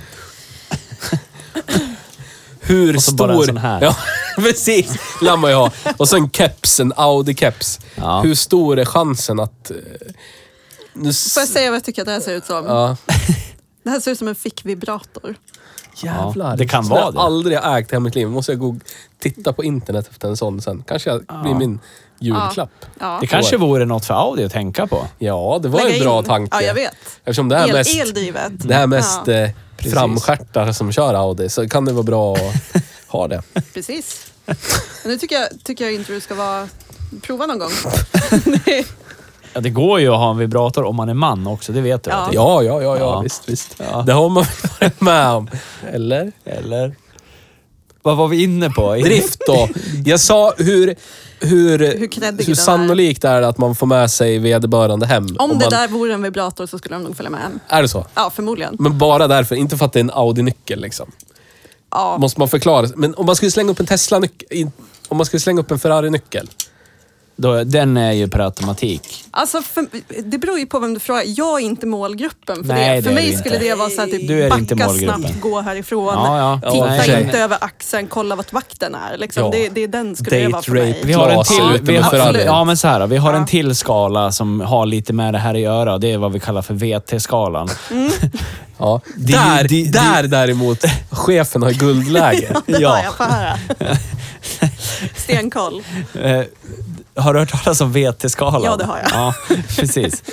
Speaker 1: Hur
Speaker 4: Och så bara en
Speaker 1: stor...
Speaker 4: sån här.
Speaker 1: Ja, precis. Lär man ju ha. Och så en keps, en Audi-keps.
Speaker 4: Ja.
Speaker 1: Hur stor är chansen att...
Speaker 3: Får jag säga vad jag tycker att det här ser ut som?
Speaker 1: Ja.
Speaker 3: Det här ser ut som en fickvibrator.
Speaker 1: Jävlar.
Speaker 4: Ja, det kan
Speaker 1: Så
Speaker 4: vara
Speaker 1: jag
Speaker 4: det.
Speaker 1: aldrig ägt i hela mitt liv. Måste jag gå titta på internet efter en sån sen. Kanske jag blir min julklapp.
Speaker 3: Ja.
Speaker 4: Det kanske vore något för Audi att tänka på.
Speaker 1: Ja, det var
Speaker 3: Lägga
Speaker 1: en bra
Speaker 3: in.
Speaker 1: tanke.
Speaker 3: Ja, jag vet.
Speaker 1: Eftersom det är mest...
Speaker 3: Eldrivet.
Speaker 1: Det här mest
Speaker 3: Ja,
Speaker 1: framstjärtar som kör Audi, så kan det vara bra att ha det.
Speaker 3: precis. Men nu tycker jag inte du ska prova någon gång.
Speaker 4: Ja, det går ju att ha en vibrator om man är man också, det vet du.
Speaker 3: Ja.
Speaker 1: Ja, visst.
Speaker 4: Ja.
Speaker 1: Det har man varit med om. Eller?
Speaker 4: Vad var vi inne på?
Speaker 1: Drift då. Jag sa hur
Speaker 3: kreddig den är.
Speaker 1: sannolikt är det att man får med sig vederbörande hem.
Speaker 3: Om det där vore en vibrator så skulle de nog följa med hem.
Speaker 1: Är det så?
Speaker 3: Ja, förmodligen.
Speaker 1: Men bara därför, inte för att det är en Audi-nyckel liksom.
Speaker 3: Ja.
Speaker 1: Måste man förklara. Men om man skulle slänga upp en Tesla-nyckel, om man skulle slänga upp en Ferrari-nyckel.
Speaker 4: Den är ju per automatik.
Speaker 3: Alltså, det beror ju på vem du frågar. Jag är inte målgruppen för
Speaker 4: Nej,
Speaker 3: det.
Speaker 4: det
Speaker 3: För
Speaker 4: är
Speaker 3: mig
Speaker 4: du
Speaker 3: skulle
Speaker 4: inte.
Speaker 3: det vara så här, typ,
Speaker 4: Du är inte
Speaker 3: backa
Speaker 4: målgruppen.
Speaker 3: snabbt, gå härifrån.
Speaker 4: Ja.
Speaker 3: Titta
Speaker 1: nej.
Speaker 3: inte över axeln, kolla vart vakten är. Liksom.
Speaker 1: Ja.
Speaker 3: Det är den skulle det vara för
Speaker 1: Date
Speaker 3: mig.
Speaker 1: rape.
Speaker 4: Vi har en
Speaker 1: Glas
Speaker 4: till,
Speaker 1: ute med Ferrari.
Speaker 4: ja, men så här, vi har
Speaker 3: Ja.
Speaker 4: en till skala som har lite med det här att göra. Det är vad vi kallar för VT-skalan.
Speaker 1: Ja.
Speaker 4: Det-
Speaker 1: Där däremot, chefen har guldläge.
Speaker 3: Det
Speaker 4: Ja.
Speaker 3: har jag, få höra. Stenkoll.
Speaker 4: Har du hört talas om VT-skalan?
Speaker 3: Ja, det har jag.
Speaker 4: Ja, precis.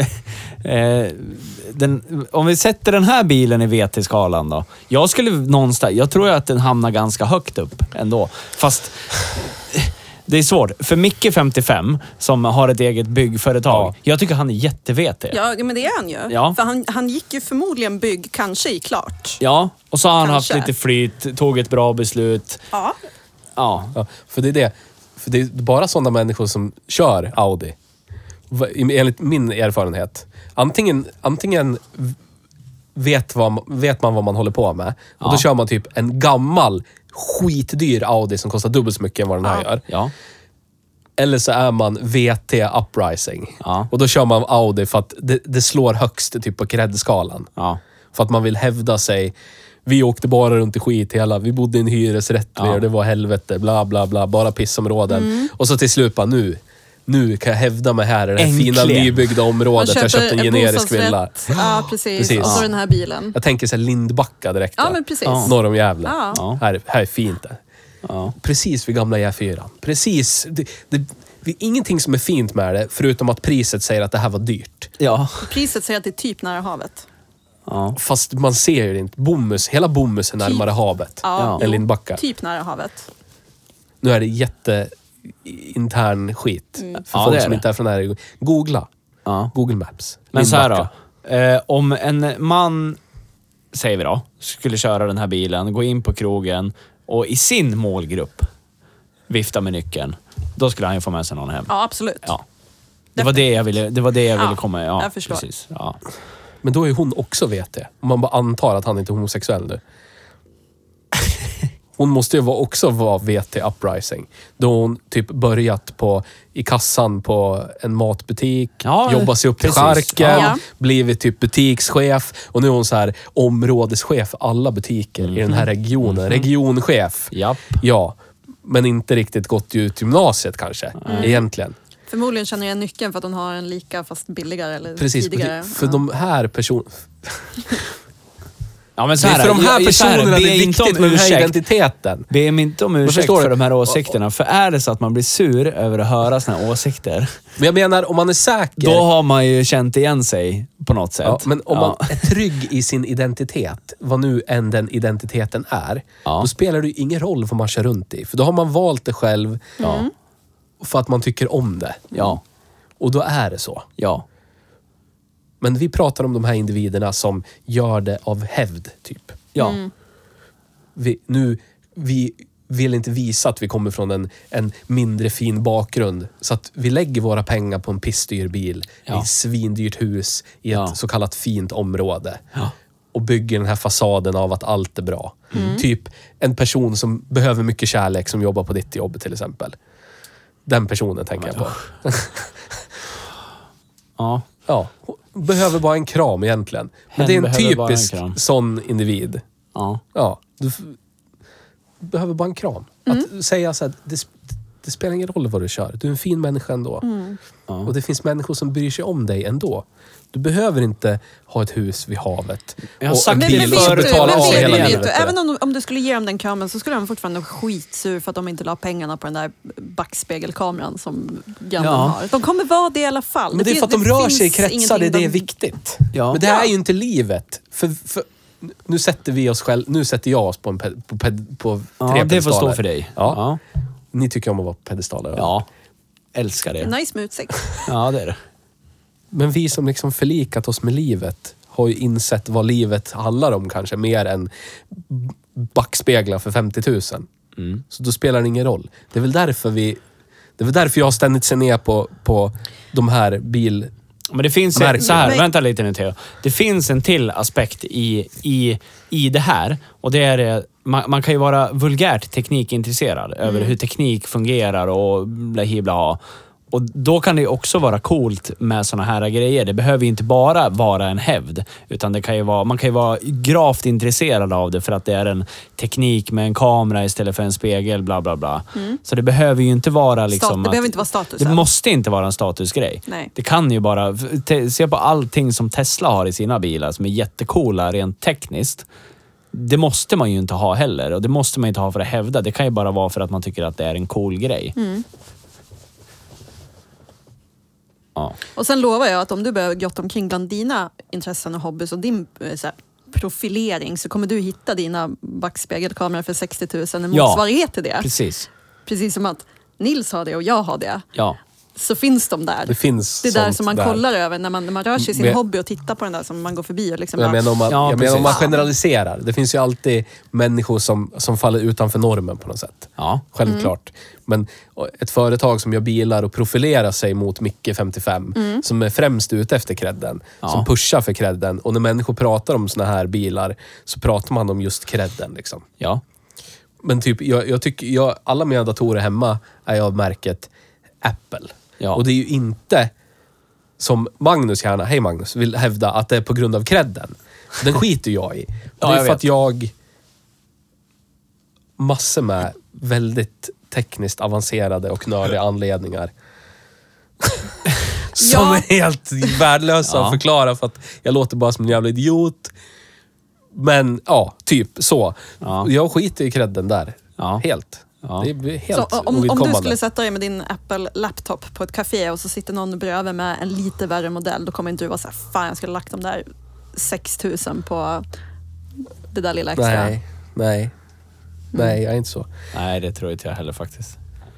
Speaker 4: Om vi sätter den här bilen i VT-skalan då. Jag tror att den hamnar ganska högt upp ändå. Fast det är svårt. För Micke 55, som har ett eget byggföretag. Jag tycker han är jätte-VT.
Speaker 3: Ja, men det är han ju.
Speaker 4: Ja.
Speaker 3: För han gick ju förmodligen bygg, kanske i klart.
Speaker 4: Ja, och så har han
Speaker 3: Kanske.
Speaker 4: haft lite flyt, tog ett bra beslut.
Speaker 3: Ja.
Speaker 4: Ja.
Speaker 1: Ja, för det är bara sådana människor som kör Audi. Enligt min erfarenhet. Antingen vet man vad man håller på med. Och då kör man typ en gammal skitdyr Audi som kostar dubbelt så mycket än vad den här gör.
Speaker 4: Ja.
Speaker 1: Eller så är man VT Uprising.
Speaker 4: Ja.
Speaker 1: Och då kör man Audi för att det slår högst typ på cred-skalan.
Speaker 4: Ja.
Speaker 1: För att man vill hävda sig. Vi åkte bara runt i skit hela. Vi bodde i en hyresrätt och det var helvete. Bla bla bla. Bara pissområden. Och så till slut bara nu kan jag hävda mig här i det här fina
Speaker 4: Äntligen.
Speaker 3: Man
Speaker 1: nybyggda området. Jag köpte en generisk villa.
Speaker 3: bostadsrätt. Ja, precis. Och så den här bilen.
Speaker 1: Jag tänker så här Lindbacka direkt.
Speaker 3: Ja, men precis.
Speaker 1: Norr om Gävle.
Speaker 3: Ja.
Speaker 1: Här är fint det.
Speaker 4: Ja.
Speaker 1: Precis vid gamla E4. Precis. Det är ingenting som är fint med det, förutom att priset säger att det här var dyrt.
Speaker 4: Ja.
Speaker 3: Priset säger att det är typ nära havet.
Speaker 4: Ja.
Speaker 1: Fast man ser ju det inte. Hela Bomhus är närmare havet
Speaker 3: Ja,
Speaker 1: än Lindbacka.
Speaker 3: Typ nära havet.
Speaker 1: Nu är det intern skit. För
Speaker 4: Ja,
Speaker 1: folk
Speaker 4: det är
Speaker 1: som
Speaker 4: det.
Speaker 1: inte är från här. Googla.
Speaker 4: Ja.
Speaker 1: Google Maps.
Speaker 4: Men så här då.
Speaker 1: Lindbacka.
Speaker 4: Om en man, säger vi då, skulle köra den här bilen, gå in på krogen och i sin målgrupp vifta med nyckeln, då skulle han ju få med sig någon hem.
Speaker 3: Ja, absolut.
Speaker 4: Ja. Det var det jag ville komma. Ja,
Speaker 3: jag förstår.
Speaker 4: Precis. Ja.
Speaker 1: Men då är hon också VT. Om man bara antar att han inte är homosexuell nu. Hon måste ju också vara VT Uprising. Då hon typ börjat i kassan på en matbutik,
Speaker 4: Ja,
Speaker 1: jobbat sig upp till
Speaker 4: precis.
Speaker 1: charken,
Speaker 3: Ja.
Speaker 1: blivit typ butikschef. Och nu är hon så här områdeschef för alla butiker i den här regionen. Regionchef.
Speaker 4: Japp.
Speaker 1: Ja, men inte riktigt gått ut gymnasiet kanske, egentligen.
Speaker 3: Förmodligen känner jag nyckeln för att hon har en lika fast billigare eller
Speaker 1: Precis,
Speaker 3: tidigare.
Speaker 1: för de här personerna...
Speaker 4: Ja, men så
Speaker 1: För de här
Speaker 4: jag- så här,
Speaker 1: personerna
Speaker 4: be
Speaker 1: det är
Speaker 4: inte om
Speaker 1: viktigt med den här
Speaker 4: ursäkt.
Speaker 1: identiteten.
Speaker 4: Be mig inte om ursäkt
Speaker 1: förstår du?
Speaker 4: för de här åsikterna. För är det så att man blir sur över att höra såna här åsikter,
Speaker 1: Men jag menar, om man är säker...
Speaker 4: då har man ju känt igen sig på något sätt.
Speaker 1: Ja, men om
Speaker 4: Ja.
Speaker 1: man är trygg i sin identitet, vad nu än den identiteten är,
Speaker 4: Ja.
Speaker 1: då spelar det ju ingen roll vad man kör runt i. För då har man valt det själv för att man tycker om det.
Speaker 4: Ja.
Speaker 1: Och då är det så.
Speaker 4: Ja.
Speaker 2: Men vi pratar om de här individerna som gör det av hävd, typ.
Speaker 4: Ja.
Speaker 2: Vi vill inte visa att vi kommer från en mindre fin bakgrund. Så att vi lägger våra pengar på en pissdyr bil i ett svindyrt hus i ett så kallat fint område.
Speaker 4: Ja.
Speaker 2: Och bygger den här fasaden av att allt är bra. Typ en person som behöver mycket kärlek som jobbar på ditt jobb till exempel. Den personen tänker jag på.
Speaker 4: Ja.
Speaker 2: Ja, behöver bara en kram egentligen. Men det är en typisk sån individ.
Speaker 4: Ja.
Speaker 2: Ja, du behöver bara en kram. Att säga så här, det spelar ingen roll vad du kör. Du är en fin människa ändå. Och det finns människor som bryr sig om dig ändå. Du behöver inte ha ett hus vid havet.
Speaker 4: Jag har sagt
Speaker 3: Men
Speaker 2: livet.
Speaker 3: även om du skulle ge dem den kameran så skulle de fortfarande vara skitsur för att de inte la pengarna på den där backspegelkameran som grannen har. De kommer vara det i alla fall.
Speaker 2: Men det är för att de rör sig i kretsar, det är viktigt.
Speaker 4: Ja.
Speaker 2: Men det här är ju inte livet. För nu sätter jag oss på tre pedestaler.
Speaker 4: Det får stå för dig.
Speaker 2: Ja. Ni tycker om att vara på pedestaler.
Speaker 4: Ja. Älskar det.
Speaker 3: Nice med utsikt.
Speaker 4: Ja, det är det.
Speaker 2: Men vi som liksom förlikat oss med livet har ju insett vad livet handlar om kanske mer än backspeglar för 50 000. Så då spelar det ingen roll. Det är väl därför jag ständigt ser ner på de här
Speaker 4: Men det finns så här, vänta lite nu Theo. Det finns en till aspekt i det här. Och det är man kan ju vara vulgärt teknikintresserad över hur teknik fungerar och bla. Och då kan det också vara coolt med såna här grejer. Det behöver ju inte bara vara en hävd. Utan det kan ju vara, man kan ju vara gravt intresserad av det för att det är en teknik med en kamera istället för en spegel, bla bla bla. Så det behöver ju inte vara liksom...
Speaker 3: Det behöver inte vara status.
Speaker 4: Det måste inte vara en statusgrej.
Speaker 3: Nej.
Speaker 4: Det kan ju bara... Se på allting som Tesla har i sina bilar som är jättecoola rent tekniskt. Det måste man ju inte ha heller. Och det måste man inte ha för att hävda. Det kan ju bara vara för att man tycker att det är en cool grej. Ja.
Speaker 3: Och sen lovar jag att om du börjar grotta omkring bland dina intressen och hobbys och din så här, profilering så kommer du hitta dina backspegelkameror för 60 000, en motsvarighet till det. Precis som att Nils har det och jag har det.
Speaker 4: Ja.
Speaker 3: Så finns de där.
Speaker 2: Det finns
Speaker 3: det där som man kollar över när man rör sig i sin hobby och tittar på den där som man går förbi. Och liksom
Speaker 2: jag menar om man generaliserar. Det finns ju alltid människor som faller utanför normen på något sätt.
Speaker 4: Ja.
Speaker 2: Självklart. Men ett företag som gör bilar och profilerar sig mot Micke 55 som är främst ute efter credden. Som pushar för credden. Och när människor pratar om såna här bilar så pratar man om just credden liksom.
Speaker 4: Ja.
Speaker 2: Men typ, jag tycker alla mina datorer hemma är av märket Apple.
Speaker 4: Ja.
Speaker 2: Och det är ju inte som Magnus gärna, hej Magnus, vill hävda att det är på grund av credden. Den skiter jag i. Det är för att jag massor med väldigt tekniskt avancerade och nördiga anledningar som är helt värdelösa att förklara för att jag låter bara som en jävla idiot. Men typ så.
Speaker 4: Ja.
Speaker 2: Jag skiter i credden där.
Speaker 4: Ja.
Speaker 2: Helt. Ja. Det är helt
Speaker 3: så om du skulle sätta dig med din Apple-laptop på ett café och så sitter någon bredvid med en lite värre modell, då kommer inte du vara så här, fan jag skulle lagt de där 6 000 på det där lilla extra.
Speaker 2: Nej, jag är inte så.
Speaker 4: Nej, det tror inte jag heller faktiskt.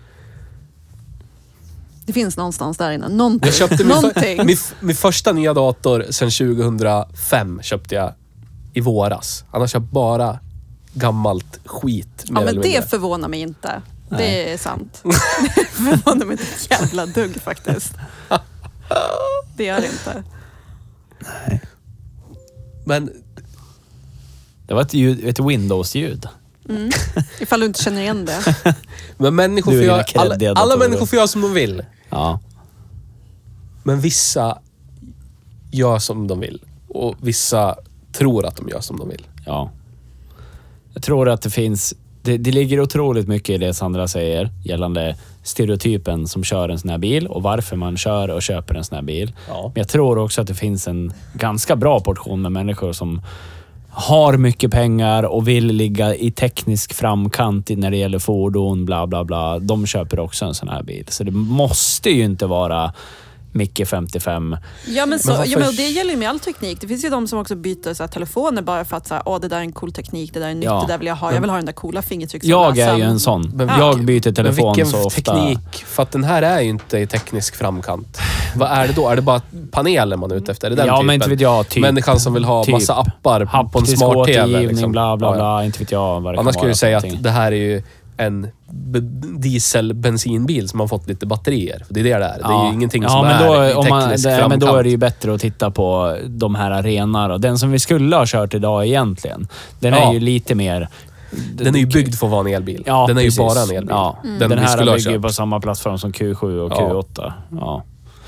Speaker 3: Det finns någonstans där inne. Någonting.
Speaker 2: Jag köpte min första nya dator sedan 2005 köpte jag i våras. Annars har jag bara gammalt skit.
Speaker 3: Ja, men det förvånar mig inte. Nej. Det är sant. Det förvånar mig inte ett jävla dugg faktiskt. Det gör det inte.
Speaker 4: Nej.
Speaker 2: Men
Speaker 4: det var ett Windows-ljud.
Speaker 3: Ifall du inte känner igen det.
Speaker 2: Men människor får alla människor får göra som de vill.
Speaker 4: Ja.
Speaker 2: Men vissa gör som de vill. Och vissa tror att de gör som de vill.
Speaker 4: Ja. Jag tror att det finns... Det ligger otroligt mycket i det Sandra säger gällande stereotypen som kör en sån här bil och varför man kör och köper en sån här bil. Ja. Men jag tror också att det finns en ganska bra portion med människor som har mycket pengar och vill ligga i teknisk framkant när det gäller fordon, bla bla bla. De köper också en sån här bil. Så det måste ju inte vara Micke 55.
Speaker 3: Ja, men det gäller ju med all teknik. Det finns ju de som också byter så här, telefoner bara för att så här, det där är en cool teknik, det där är nytt, det där vill jag ha. Jag vill ha den där coola fingertrycksrörelsen.
Speaker 4: Jag är ju en sån. Jag byter telefon så ofta.
Speaker 2: Teknik? För att den här är ju inte i teknisk framkant. Vad är det då? Är det bara panelen man är ute efter? Är det den typen?
Speaker 4: Men inte vet jag. Typ,
Speaker 2: människan som vill ha massa appar på en smart-tv. Liksom.
Speaker 4: Bla, bla, bla. Inte vet jag vad det
Speaker 2: Annars
Speaker 4: kan
Speaker 2: skulle
Speaker 4: vara
Speaker 2: du säga
Speaker 4: någonting.
Speaker 2: att det här är ju en diesel-bensinbil som har fått lite batterier. Det är det är. Det är ju ingenting som är tekniskt framkant.
Speaker 4: Men då är det ju bättre att titta på de här arenorna. Den som vi skulle ha kört idag egentligen, den är ju lite mer...
Speaker 2: Den är ju byggd för att vara en elbil.
Speaker 4: Ja,
Speaker 2: den är
Speaker 4: precis.
Speaker 2: ju bara en elbil.
Speaker 4: Ja. Den här bygger på samma plattform som Q7 och Q8. Ja.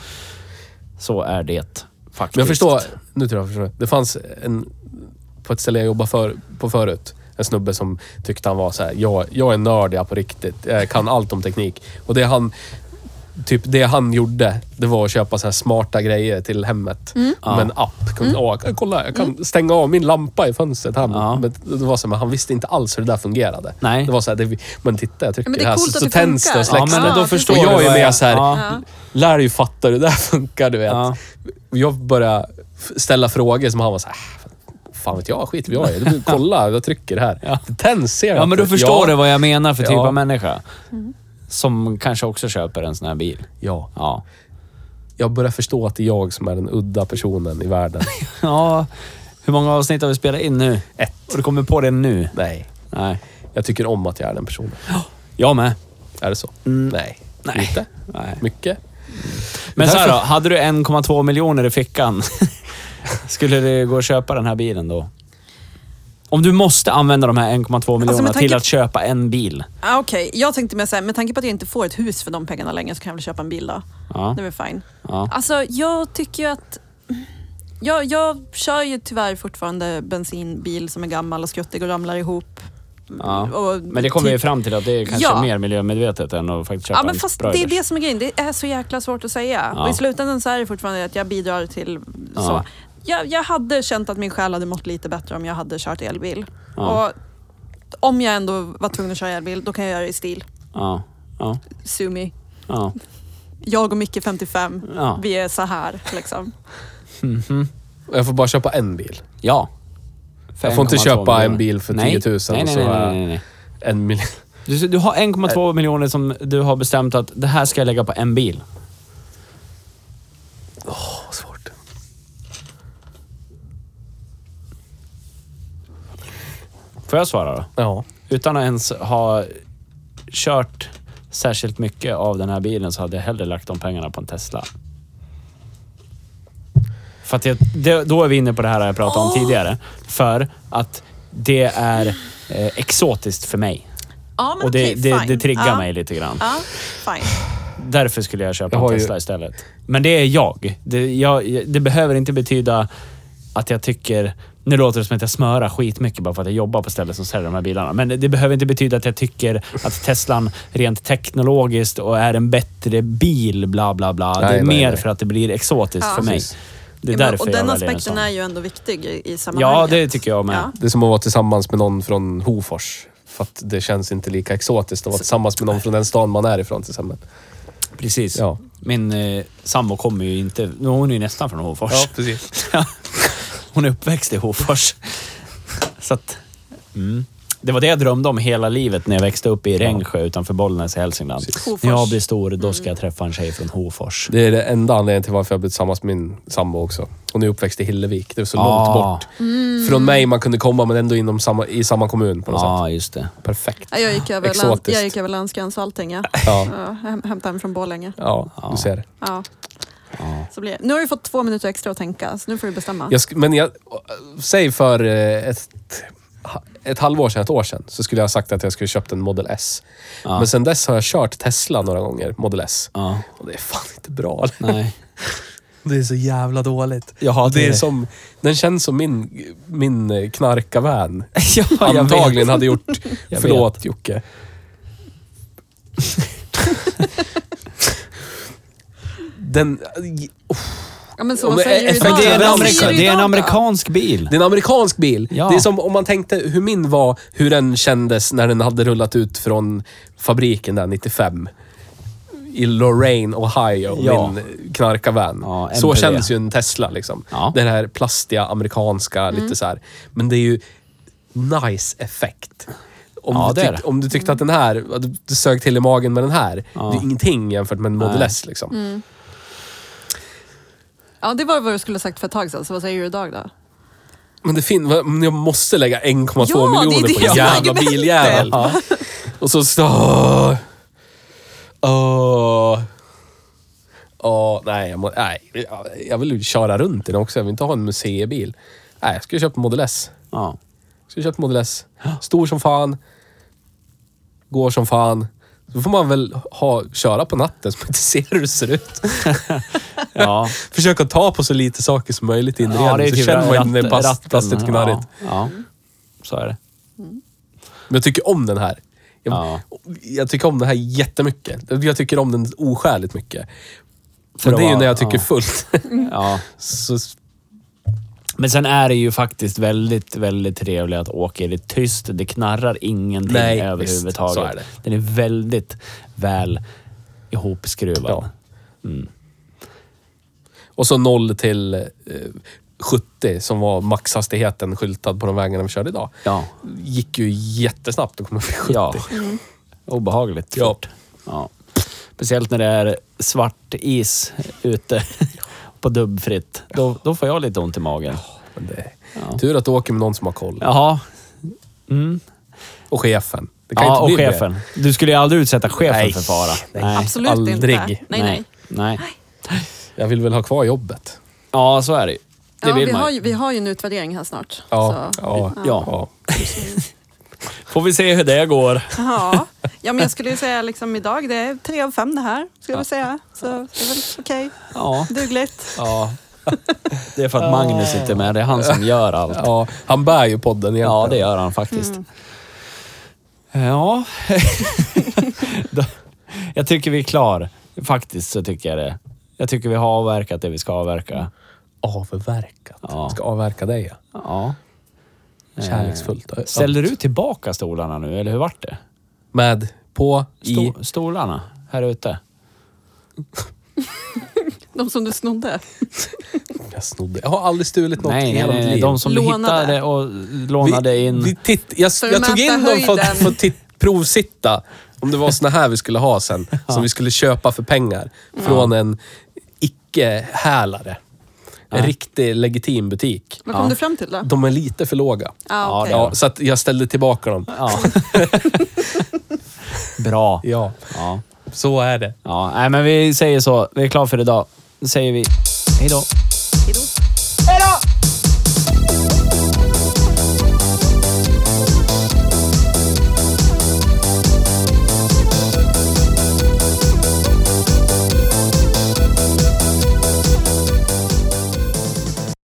Speaker 4: Så är det faktiskt.
Speaker 2: Men jag förstår, nu tror jag förstår. Det fanns på ett ställe jag jobbade på förut, en snubbe som tyckte han var så här: jag är nördig på riktigt. Jag kan allt om teknik. Och det han gjorde, det var att köpa så här smarta grejer till hemmet. Med en app. Kolla, jag kan stänga av min lampa i fönstret här. Men det var så, men han visste inte alls hur det där fungerade.
Speaker 4: Nej.
Speaker 2: Det var så här, men titta, jag trycker
Speaker 3: men det är
Speaker 2: här
Speaker 3: coolt
Speaker 2: så
Speaker 3: att det
Speaker 2: tänds det och släcks
Speaker 4: men
Speaker 2: det.
Speaker 4: då förstår
Speaker 2: och jag
Speaker 4: du
Speaker 2: är
Speaker 4: vad
Speaker 2: med så här,
Speaker 3: Ja.
Speaker 2: lär ju fatta hur det där funkar, du vet.
Speaker 4: Ja.
Speaker 2: Och jag började ställa frågor som han var så här: fan vet jag, skit vad jag är. Kolla, jag trycker här.
Speaker 4: Ja.
Speaker 2: Det tänds, ser jag.
Speaker 4: Ja, men då förstår du vad jag menar för typ
Speaker 2: Ja.
Speaker 4: av människa. Som kanske också köper en sån här bil.
Speaker 2: Ja.
Speaker 4: Ja.
Speaker 2: Jag börjar förstå att det är jag som är den udda personen i världen.
Speaker 4: Ja. Hur många avsnitt har vi spelat in nu?
Speaker 2: 1.
Speaker 4: Och du kommer på det nu?
Speaker 2: Nej.
Speaker 4: Nej.
Speaker 2: Jag tycker om att jag är den personen.
Speaker 4: Jag med.
Speaker 2: Är det så? Nej.
Speaker 4: Nej.
Speaker 2: Lite?
Speaker 4: Nej.
Speaker 2: Mycket?
Speaker 4: Men så här
Speaker 2: Därför-
Speaker 4: då, hade du 1,2 miljoner i fickan, skulle det gå att köpa den här bilen då? Om du måste använda de här 1,2 miljonerna
Speaker 3: med tanke-
Speaker 4: till att köpa en bil.
Speaker 3: Okej, jag tänkte med, med tanke på att jag inte får ett hus för de pengarna längre så kan jag väl köpa en bil då.
Speaker 4: Ja.
Speaker 3: Det är väl fine.
Speaker 4: Ja.
Speaker 3: Alltså jag tycker ju att... Jag kör ju tyvärr fortfarande bensinbil som är gammal och skruttig och ramlar ihop.
Speaker 4: Ja.
Speaker 3: Och
Speaker 4: Men det kommer ju fram till att det är kanske
Speaker 3: Ja.
Speaker 4: mer miljömedvetet än att faktiskt köpa
Speaker 3: Ja, men
Speaker 4: en
Speaker 3: fast
Speaker 4: broilers.
Speaker 3: det är det som är grejen. Det är så jäkla svårt att säga.
Speaker 4: Ja.
Speaker 3: Och i slutändan så är det fortfarande att jag bidrar till så. Jag hade känt att min själ hade mått lite bättre om jag hade kört elbil.
Speaker 4: Ja.
Speaker 3: Och om jag ändå var tvungen att köra elbil, då kan jag göra det i stil.
Speaker 4: Ja. Ja.
Speaker 3: Sue me.
Speaker 4: Ja.
Speaker 3: Jag och Micke 55,
Speaker 4: Ja.
Speaker 3: vi är så här liksom.
Speaker 2: Jag får bara köpa en bil.
Speaker 4: Ja.
Speaker 2: Jag får inte
Speaker 4: 1,2
Speaker 2: köpa
Speaker 4: miljoner.
Speaker 2: en bil för 10 000
Speaker 4: Nej,
Speaker 2: och så
Speaker 4: nej.
Speaker 2: 1 miljon.
Speaker 4: Du har 1,2 miljoner som du har bestämt att det här ska jag lägga på en bil.
Speaker 2: Svårt.
Speaker 4: Får jag svara då?
Speaker 2: Ja.
Speaker 4: Utan att ens ha kört särskilt mycket av den här bilen så hade jag hellre lagt de pengarna på en Tesla. För att då är vi inne på det här jag pratade om tidigare. För att det är exotiskt för mig.
Speaker 3: Ja, men
Speaker 4: Och
Speaker 3: okej,
Speaker 4: det
Speaker 3: fine.
Speaker 4: triggar
Speaker 3: Ja.
Speaker 4: mig lite grann.
Speaker 3: Ja, fine.
Speaker 4: Därför skulle jag köpa
Speaker 2: Jag har
Speaker 4: en
Speaker 2: ju-
Speaker 4: Tesla istället. Men det är jag. Det behöver inte betyda att jag tycker... Nu låter det som att jag smörar skitmycket bara för att jag jobbar på stället som säljer de här bilarna. Men det behöver inte betyda att jag tycker att Teslan rent teknologiskt och är en bättre bil, bla bla bla. Det är mer för att det blir exotiskt
Speaker 3: Ja.
Speaker 4: för mig.
Speaker 2: Precis.
Speaker 4: Det är
Speaker 3: Ja, men-
Speaker 4: därför
Speaker 3: och
Speaker 4: jag
Speaker 3: den
Speaker 4: väljer en
Speaker 3: aspekten
Speaker 4: sån.
Speaker 3: är ju ändå viktig i sammanhanget.
Speaker 4: Ja, det tycker jag med.
Speaker 3: Ja.
Speaker 2: Det är som att vara tillsammans med någon från Hofors. För att det känns inte lika exotiskt att vara tillsammans med någon från den stan man är ifrån till exempel.
Speaker 4: Precis.
Speaker 2: Ja.
Speaker 4: Min sambo kommer ju inte... Nu hon är ju nästan från Hofors.
Speaker 2: Ja, precis.
Speaker 4: Hon är uppväxt i Hofors. Så att... Det var det jag drömde om hela livet när jag växte upp i Rengsjö utanför Bollnäs i Hälsingland.
Speaker 3: Hofors.
Speaker 4: När jag blir stor, då ska jag träffa en tjej från Hofors.
Speaker 2: Det är det enda anledningen till varför jag blev tillsammans med min sambo också. Hon är uppväxt i Hillevik. Det är så långt bort. Från mig man kunde komma men ändå i samma kommun på något
Speaker 4: Ja, just det.
Speaker 2: sätt. Perfekt.
Speaker 3: Ja, jag gick
Speaker 2: Exotiskt.
Speaker 3: över länsgräns allting. Ja.
Speaker 2: Ja,
Speaker 3: Hämtade hem från Borlänge.
Speaker 2: ja, du ser.
Speaker 3: Ja. Så blir det. Nu har du fått 2 minuter extra att tänka, så nu får du bestämma.
Speaker 2: Säg för ett halvår sedan, ett år sedan, så skulle jag ha sagt att jag skulle köpt en Model S.
Speaker 4: Ja.
Speaker 2: Men sen dess har jag kört Tesla några gånger, Model S.
Speaker 4: Ja.
Speaker 2: Och det är fan inte bra.
Speaker 4: Nej.
Speaker 2: Det är så jävla dåligt.
Speaker 4: Jaha,
Speaker 2: det är som, den känns som min knarkarvän.
Speaker 4: Ja, jag
Speaker 2: Antagligen
Speaker 4: vet.
Speaker 2: hade gjort.
Speaker 4: Jag
Speaker 2: Förlåt Jocke. Den...
Speaker 3: Ja, men så
Speaker 2: Om
Speaker 3: vad säger du
Speaker 2: effekten-
Speaker 3: idag?
Speaker 4: Det är en,
Speaker 3: Vad säger du
Speaker 4: det är en
Speaker 3: idag då?
Speaker 4: amerikansk bil.
Speaker 2: Det är en amerikansk bil.
Speaker 4: Ja.
Speaker 2: Det är som om man tänkte hur min var, hur den kändes när den hade rullat ut från fabriken där 95. I Lorain, Ohio,
Speaker 4: Ja.
Speaker 2: min knarkarvän.
Speaker 4: Ja,
Speaker 2: så
Speaker 4: MPV.
Speaker 2: känns ju en Tesla liksom.
Speaker 4: Ja.
Speaker 2: Den här plastiga, amerikanska, lite så här. Men det är ju nice effekt.
Speaker 4: Ja, det är det.
Speaker 2: Om du tyckte att den här, du sög till i magen med den här,
Speaker 4: Ja.
Speaker 2: det är ingenting jämfört med en Model
Speaker 4: Nej.
Speaker 2: S liksom.
Speaker 3: Ja, det var vad du skulle sagt för ett tag sedan. Så vad säger du idag då?
Speaker 2: Men jag måste lägga 1,2
Speaker 3: Ja, det är
Speaker 2: miljoner
Speaker 3: det
Speaker 2: på
Speaker 3: som
Speaker 2: en
Speaker 3: är
Speaker 2: jävla
Speaker 3: argumentet.
Speaker 2: biljävel. Och så... Jag vill ju köra runt i den också. Jag vill inte ha en museibil. Nej, jag skulle köpa Model S.
Speaker 4: Ja.
Speaker 2: Stor som fan. Går som fan. Så får man väl köra på natten så man inte ser hur det ser ut.
Speaker 4: Ja.
Speaker 2: Försöka ta på så lite saker som möjligt i inredning.
Speaker 4: Ja, det är
Speaker 2: så
Speaker 4: typ
Speaker 2: känner man när det är
Speaker 4: ratten.
Speaker 2: bastigt knarrigt.
Speaker 4: Ja, så är det.
Speaker 2: Men jag tycker om den här. Jag tycker om den här jättemycket. Jag tycker om den oskäligt mycket.
Speaker 4: För
Speaker 2: Men det är ju
Speaker 4: att
Speaker 2: när
Speaker 4: vara-
Speaker 2: jag tycker fullt.
Speaker 4: Ja.
Speaker 2: Så,
Speaker 4: Men sen är det ju faktiskt väldigt, väldigt trevligt att åka i det tyst. Det knarrar ingenting
Speaker 2: Nej,
Speaker 4: överhuvudtaget.
Speaker 2: visst, så är det.
Speaker 4: Den är väldigt väl ihopskruvad.
Speaker 2: ja. Och så 0 till 70 som var maxhastigheten skyltad på de vägarna vi körde idag.
Speaker 4: Ja.
Speaker 2: Gick ju jättesnabbt att komma förbi 70.
Speaker 4: Ja. Obehagligt
Speaker 2: Ja.
Speaker 4: fort. Ja. Speciellt när det är svart is ute på dubbfritt. Då får jag lite ont i magen.
Speaker 2: Men det är tur att du åker med någon som har koll.
Speaker 4: Jaha.
Speaker 2: Och chefen. Det kan ju
Speaker 4: Ja,
Speaker 2: inte
Speaker 4: och
Speaker 2: bli mer.
Speaker 4: chefen. Du skulle ju aldrig utsätta chefen
Speaker 2: Nej.
Speaker 4: för fara.
Speaker 2: Nej.
Speaker 3: Absolut
Speaker 2: aldrig.
Speaker 3: inte. Nej.
Speaker 4: Nej.
Speaker 2: Jag vill väl ha kvar jobbet.
Speaker 4: Ja, så är det ju. Det
Speaker 3: Ja,
Speaker 4: vill man.
Speaker 3: vi har ju en utvärdering här snart.
Speaker 2: Ja,
Speaker 3: Så.
Speaker 2: ja,
Speaker 4: Ja. Får vi se hur det går.
Speaker 3: Ja, men jag skulle ju säga liksom idag, det är 3 av 5 det här, skulle jag säga. Så det är väl okej.
Speaker 4: Ja.
Speaker 3: Dugligt.
Speaker 2: Ja.
Speaker 4: Det är för att Magnus inte är med. Det är han som gör allt.
Speaker 2: Ja, han bär ju podden egentligen.
Speaker 4: Ja, det gör han faktiskt. Ja. Jag tycker vi är klar. Faktiskt så tycker jag det. Jag tycker vi har avverkat det vi ska avverka.
Speaker 2: Avverkat.
Speaker 4: Ja.
Speaker 2: Ska avverka dig, ja.
Speaker 4: Ja.
Speaker 2: Kärleksfullt.
Speaker 4: Ställer du tillbaka stolarna nu, eller hur vart det?
Speaker 2: Med, på, i...
Speaker 4: Stolarna här ute.
Speaker 3: De som du snodde.
Speaker 2: Jag snodde. Jag har aldrig stulit något i hela mitt
Speaker 4: Nej.
Speaker 2: liv.
Speaker 4: De som du
Speaker 3: Lånade.
Speaker 4: hittade och lånade in.
Speaker 2: Jag
Speaker 3: För
Speaker 2: tog
Speaker 3: att
Speaker 2: in
Speaker 3: mäta
Speaker 2: dem för
Speaker 3: höjden.
Speaker 2: att provsitta. Om det var såna här vi skulle ha sen. Som vi skulle köpa för pengar. Från en icke-hälare. En riktig legitim butik.
Speaker 3: Vad kom du fram till då?
Speaker 2: De är lite för låga.
Speaker 3: Ah, okej.
Speaker 2: Ja, så att jag ställde tillbaka dem.
Speaker 4: Ja. Bra.
Speaker 2: Ja,
Speaker 4: Ja.
Speaker 2: så är det.
Speaker 4: Ja, nej men vi säger så. Vi är klara för idag. Då säger vi hej då.